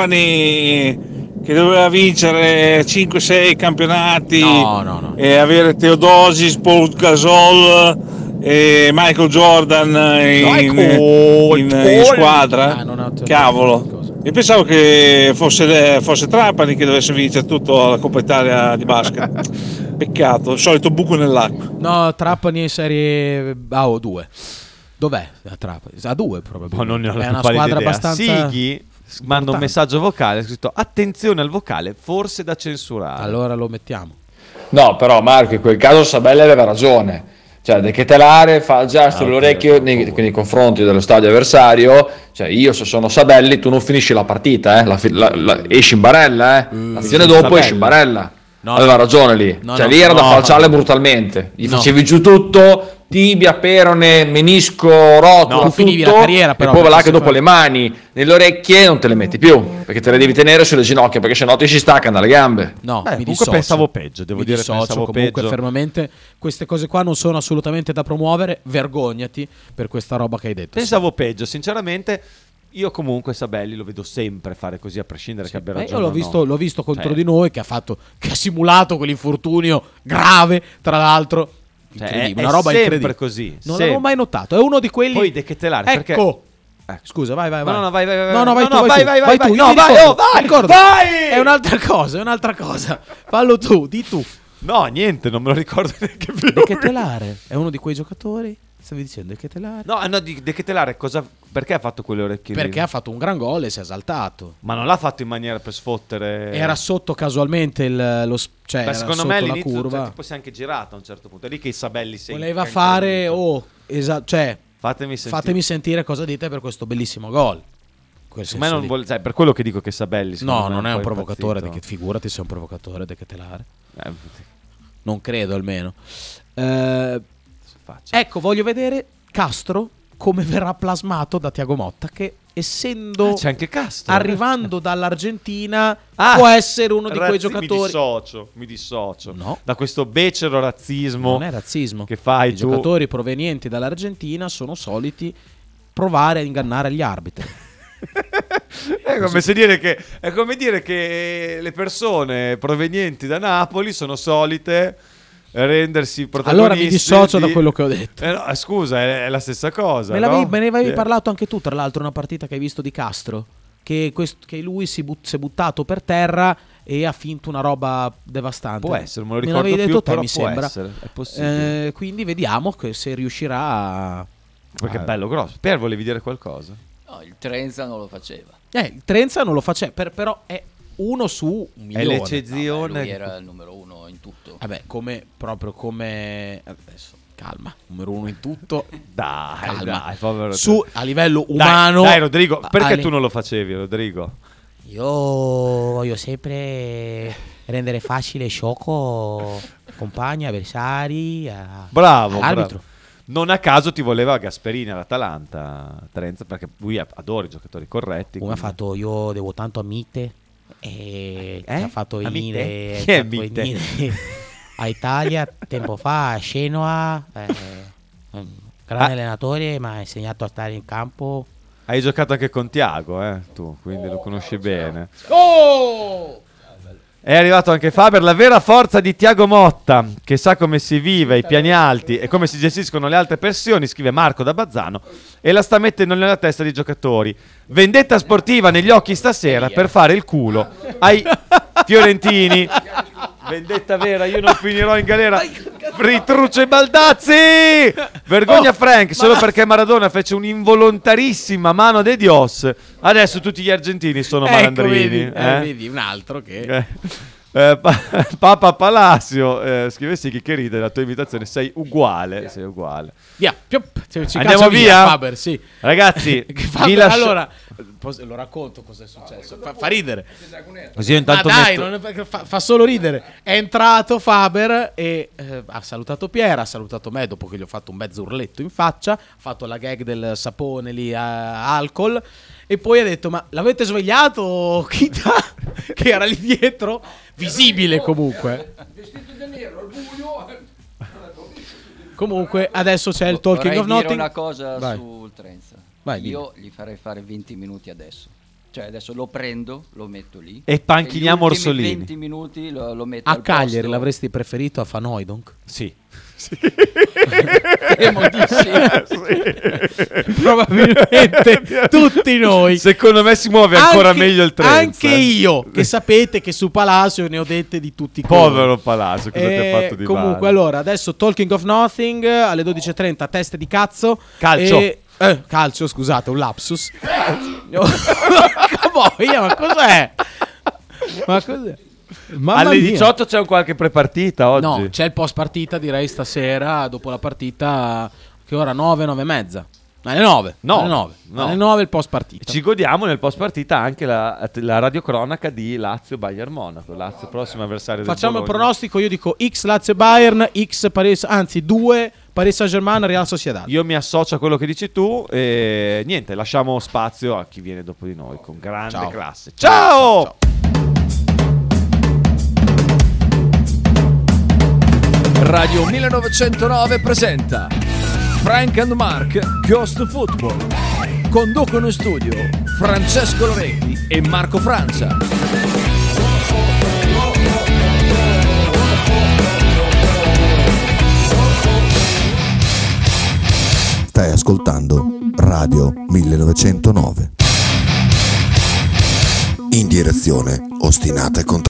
Trapani che doveva vincere cinque sei campionati No, no, no. e avere Teodosis, Paul Gasol e Michael Jordan in, Michael in- in Jordan. squadra? Ah, non ho- Cavolo. Io pensavo che fosse, fosse Trapani che dovesse vincere tutto la Coppa Italia di basket. Peccato, il solito buco nell'acqua. No, Trapani in serie A o due. Dov'è la Trapani? A due probabilmente. Ma non ne ho la È una più pallida squadra idea. abbastanza Sighi manda un messaggio vocale, ha scritto attenzione al vocale, forse da censurare. Allora lo mettiamo. No, però Marco, in quel caso Sabelli aveva ragione. Cioè, De Ketelare fa il gesto Ah, all'orecchio ok, nei, nei confronti dello stadio avversario. Cioè, io se sono Sabelli, tu non finisci la partita, eh. la, fi- la, la, esci in barella, eh. L'azione dopo Sabelli. esci in barella. No, aveva no. ragione lì. No, cioè, no, lì era da no. falciarle brutalmente. Gli No. facevi giù tutto, tibia, perone, menisco, rotula, No, tu finivi tutto, la carriera, però, e poi va là perché che se dopo fai- le mani nelle orecchie non te le metti più, perché te le devi tenere sulle ginocchia, perché sennò ti si staccano dalle gambe. No, Beh, mi comunque dissocio. pensavo peggio, devo mi dire, dissocio pensavo comunque peggio. fermamente. Queste cose qua non sono assolutamente da promuovere. Vergognati per questa roba che hai detto. Pensavo peggio, sinceramente. Io comunque Sabelli lo vedo sempre fare così, a prescindere che abbia Eh, ragione. io l'ho o no. visto, l'ho visto contro Cioè, di noi, che ha fatto, che ha simulato quell'infortunio grave, tra l'altro. Cioè, Incredibile, è- una è roba sempre incredibile. così, Non sempre. l'avevo mai notato. È uno di quelli. Poi De Ketelare, ecco. perché- Scusa, vai, vai, No, vai. no, no, vai, vai, vai, No, no, vai no, tu, no, vai, vai, tu, vai, vai vai, tu. no, Io mi vai, ricordo, oh, vai, mi ricordo. vai! È un'altra cosa, è un'altra cosa. Fallo tu, di tu. No, niente, non me lo ricordo neanche più. De Ketelare è uno di quei giocatori. Stavi dicendo De Ketelare? No, no, di De Ketelare cosa, perché ha fatto quelle orecchie lì? Perché ha fatto un gran gol e si è esaltato. Ma non l'ha fatto in maniera per sfottere. Era sotto casualmente il, lo, s- cioè Beh, era secondo sotto me la all'inizio curva. cioè, tipo si è anche girato a un certo punto. È lì che i Sabelli si Voleva fare oh, esa- cioè Fatemi sentire. fatemi sentire cosa dite per questo bellissimo gol. Quel Secondo me senso non lì. vuole, sai, per quello che dico che Sabelli secondo No, me non è un po' provocatore, impazzito. De Ket- figurati se è un provocatore De Ketelare. Eh, Non credo almeno. Eh, ecco, voglio vedere Castro come verrà plasmato da Thiago Motta, che essendo Ah, c'è anche Castro. arrivando dall'Argentina Ah, può essere uno di quei razzi- giocatori. Mi dissocio, mi dissocio. No. Da questo becero razzismo. Non è razzismo. Che fai I tu. giocatori provenienti dall'Argentina sono soliti provare a ingannare gli arbitri. È come, se dire che, è come dire che le persone provenienti da Napoli sono solite rendersi protagonisti. Allora mi dissocio di- da quello che ho detto. Eh no, scusa, è, è la stessa cosa. Me, l'avevi- no? me ne avevi Eh. parlato anche tu, tra l'altro, una partita che hai visto di Castro. Che, quest- che lui si, but- si è buttato per terra e ha finto una roba devastante. Può essere, me lo Me ricordo l'avevi più, detto te, però mi può sembra. essere, è possibile. Eh, quindi vediamo che se riuscirà a. Perché a- è bello grosso. Per volevi dire qualcosa? No, il Trenza non lo faceva. Eh, il Trenza non lo faceva, per- però è uno su un milione. l'eccezione. No, lui era il numero uno in tutto. Vabbè, come proprio come adesso calma, numero uno in tutto. Dai, calma. dai, povero te. Su a livello Dai, umano. Dai, Rodrigo, perché a- tu non lo facevi, Rodrigo? Io voglio sempre rendere facile e sciocco compagni, avversari, a- Bravo, all'arbitro. bravo. Non a caso ti voleva Gasperini all'Atalanta, Trenza, perché lui adora i giocatori corretti. Come ha quindi- fatto io devo tanto a Mite e ci ha fatto A venire, Mite? ci Chi è ha fatto Mite? venire a Italia tempo fa, a Genoa, eh, un grande Ah. allenatore, mi ha insegnato a stare in campo. Hai giocato anche con Tiago, eh, tu, quindi lo conosci bene. Oh! È arrivato anche Faber, la vera forza di Tiago Motta, che sa come si vive ai piani alti e come si gestiscono le altre pressioni, scrive Marco da Bazzano, e la sta mettendo nella testa dei giocatori. Vendetta sportiva negli occhi stasera per fare il culo ai fiorentini. Vendetta vera, io non finirò in galera. Ritruccio e Baldazzi! Vergogna Oh, Frank, solo ma- perché Maradona fece un'involontarissima mano de Dios. Adesso tutti gli argentini sono Ecco, malandrini. vedi, eh, eh? vedi, un altro che. Eh, eh, Pa- Papa Palacio eh, scrive sì che ride la tua imitazione, sei uguale, sei uguale. Via, piop, ci- ci Andiamo caccia via? Faber, sì. Ragazzi, Che Faber, vi lascio- allora, lo racconto cosa è successo. Fa, fa ridere. Così io intanto Ma dai, metto- non è- fa, fa solo ridere. È entrato Faber e eh, ha salutato Piera, ha salutato me dopo che gli ho fatto un mezzo urletto in faccia, ha fatto la gag del sapone lì a alcol e poi ha detto: ma l'avete svegliato Kita? Che era lì dietro, visibile comunque. Vestito di nero, al buio. Comunque adesso c'è il Talking Vorrei of dire Nothing. una cosa Vai. sul Trenza. Vai, Io gli farei fare venti minuti adesso. Cioè adesso lo prendo, lo metto lì. E panchiniamo gli ultimi Orsolini. venti minuti lo, lo metto A al Cagliari posto. l'avresti preferito a Fanoidonk? Sì. Temo di sì. Probabilmente tutti noi. Secondo me si muove ancora Anche- meglio il Trenza. Anche io, che sapete che su Palacio ne ho dette di tutti i colori. Povero Palazzo, cosa ti ha fatto di Comunque, male? allora, adesso Talking of Nothing alle dodici e trenta, teste di cazzo. Calcio. E, eh, calcio, scusate, un lapsus. Boia, ma cos'è? Ma cos'è? Mamma Alle mia. diciotto c'è un qualche prepartita oggi. No, c'è il post partita, direi stasera, dopo la partita, che ora nove, nove e mezza. Alle nove. No, alle nove. no. Alle nove il post partita. Ci godiamo nel post partita anche la, la radiocronaca di Lazio Bayern Monaco. Lazio prossimo avversario del Facciamo il Bologna. pronostico, io dico X Lazio Bayern, X Paris, anzi due Paris Saint-Germain Real Sociedad. Io mi associo a quello che dici tu e niente, lasciamo spazio a chi viene dopo di noi con grande Ciao. classe. Ciao! Ciao. Radio millenovecentonove presenta Frank and Mark Ghost Football. Conducono in studio Francesco Loretti e Marco Francia. Stai ascoltando Radio millenovecentonove. In direzione ostinata e contraria.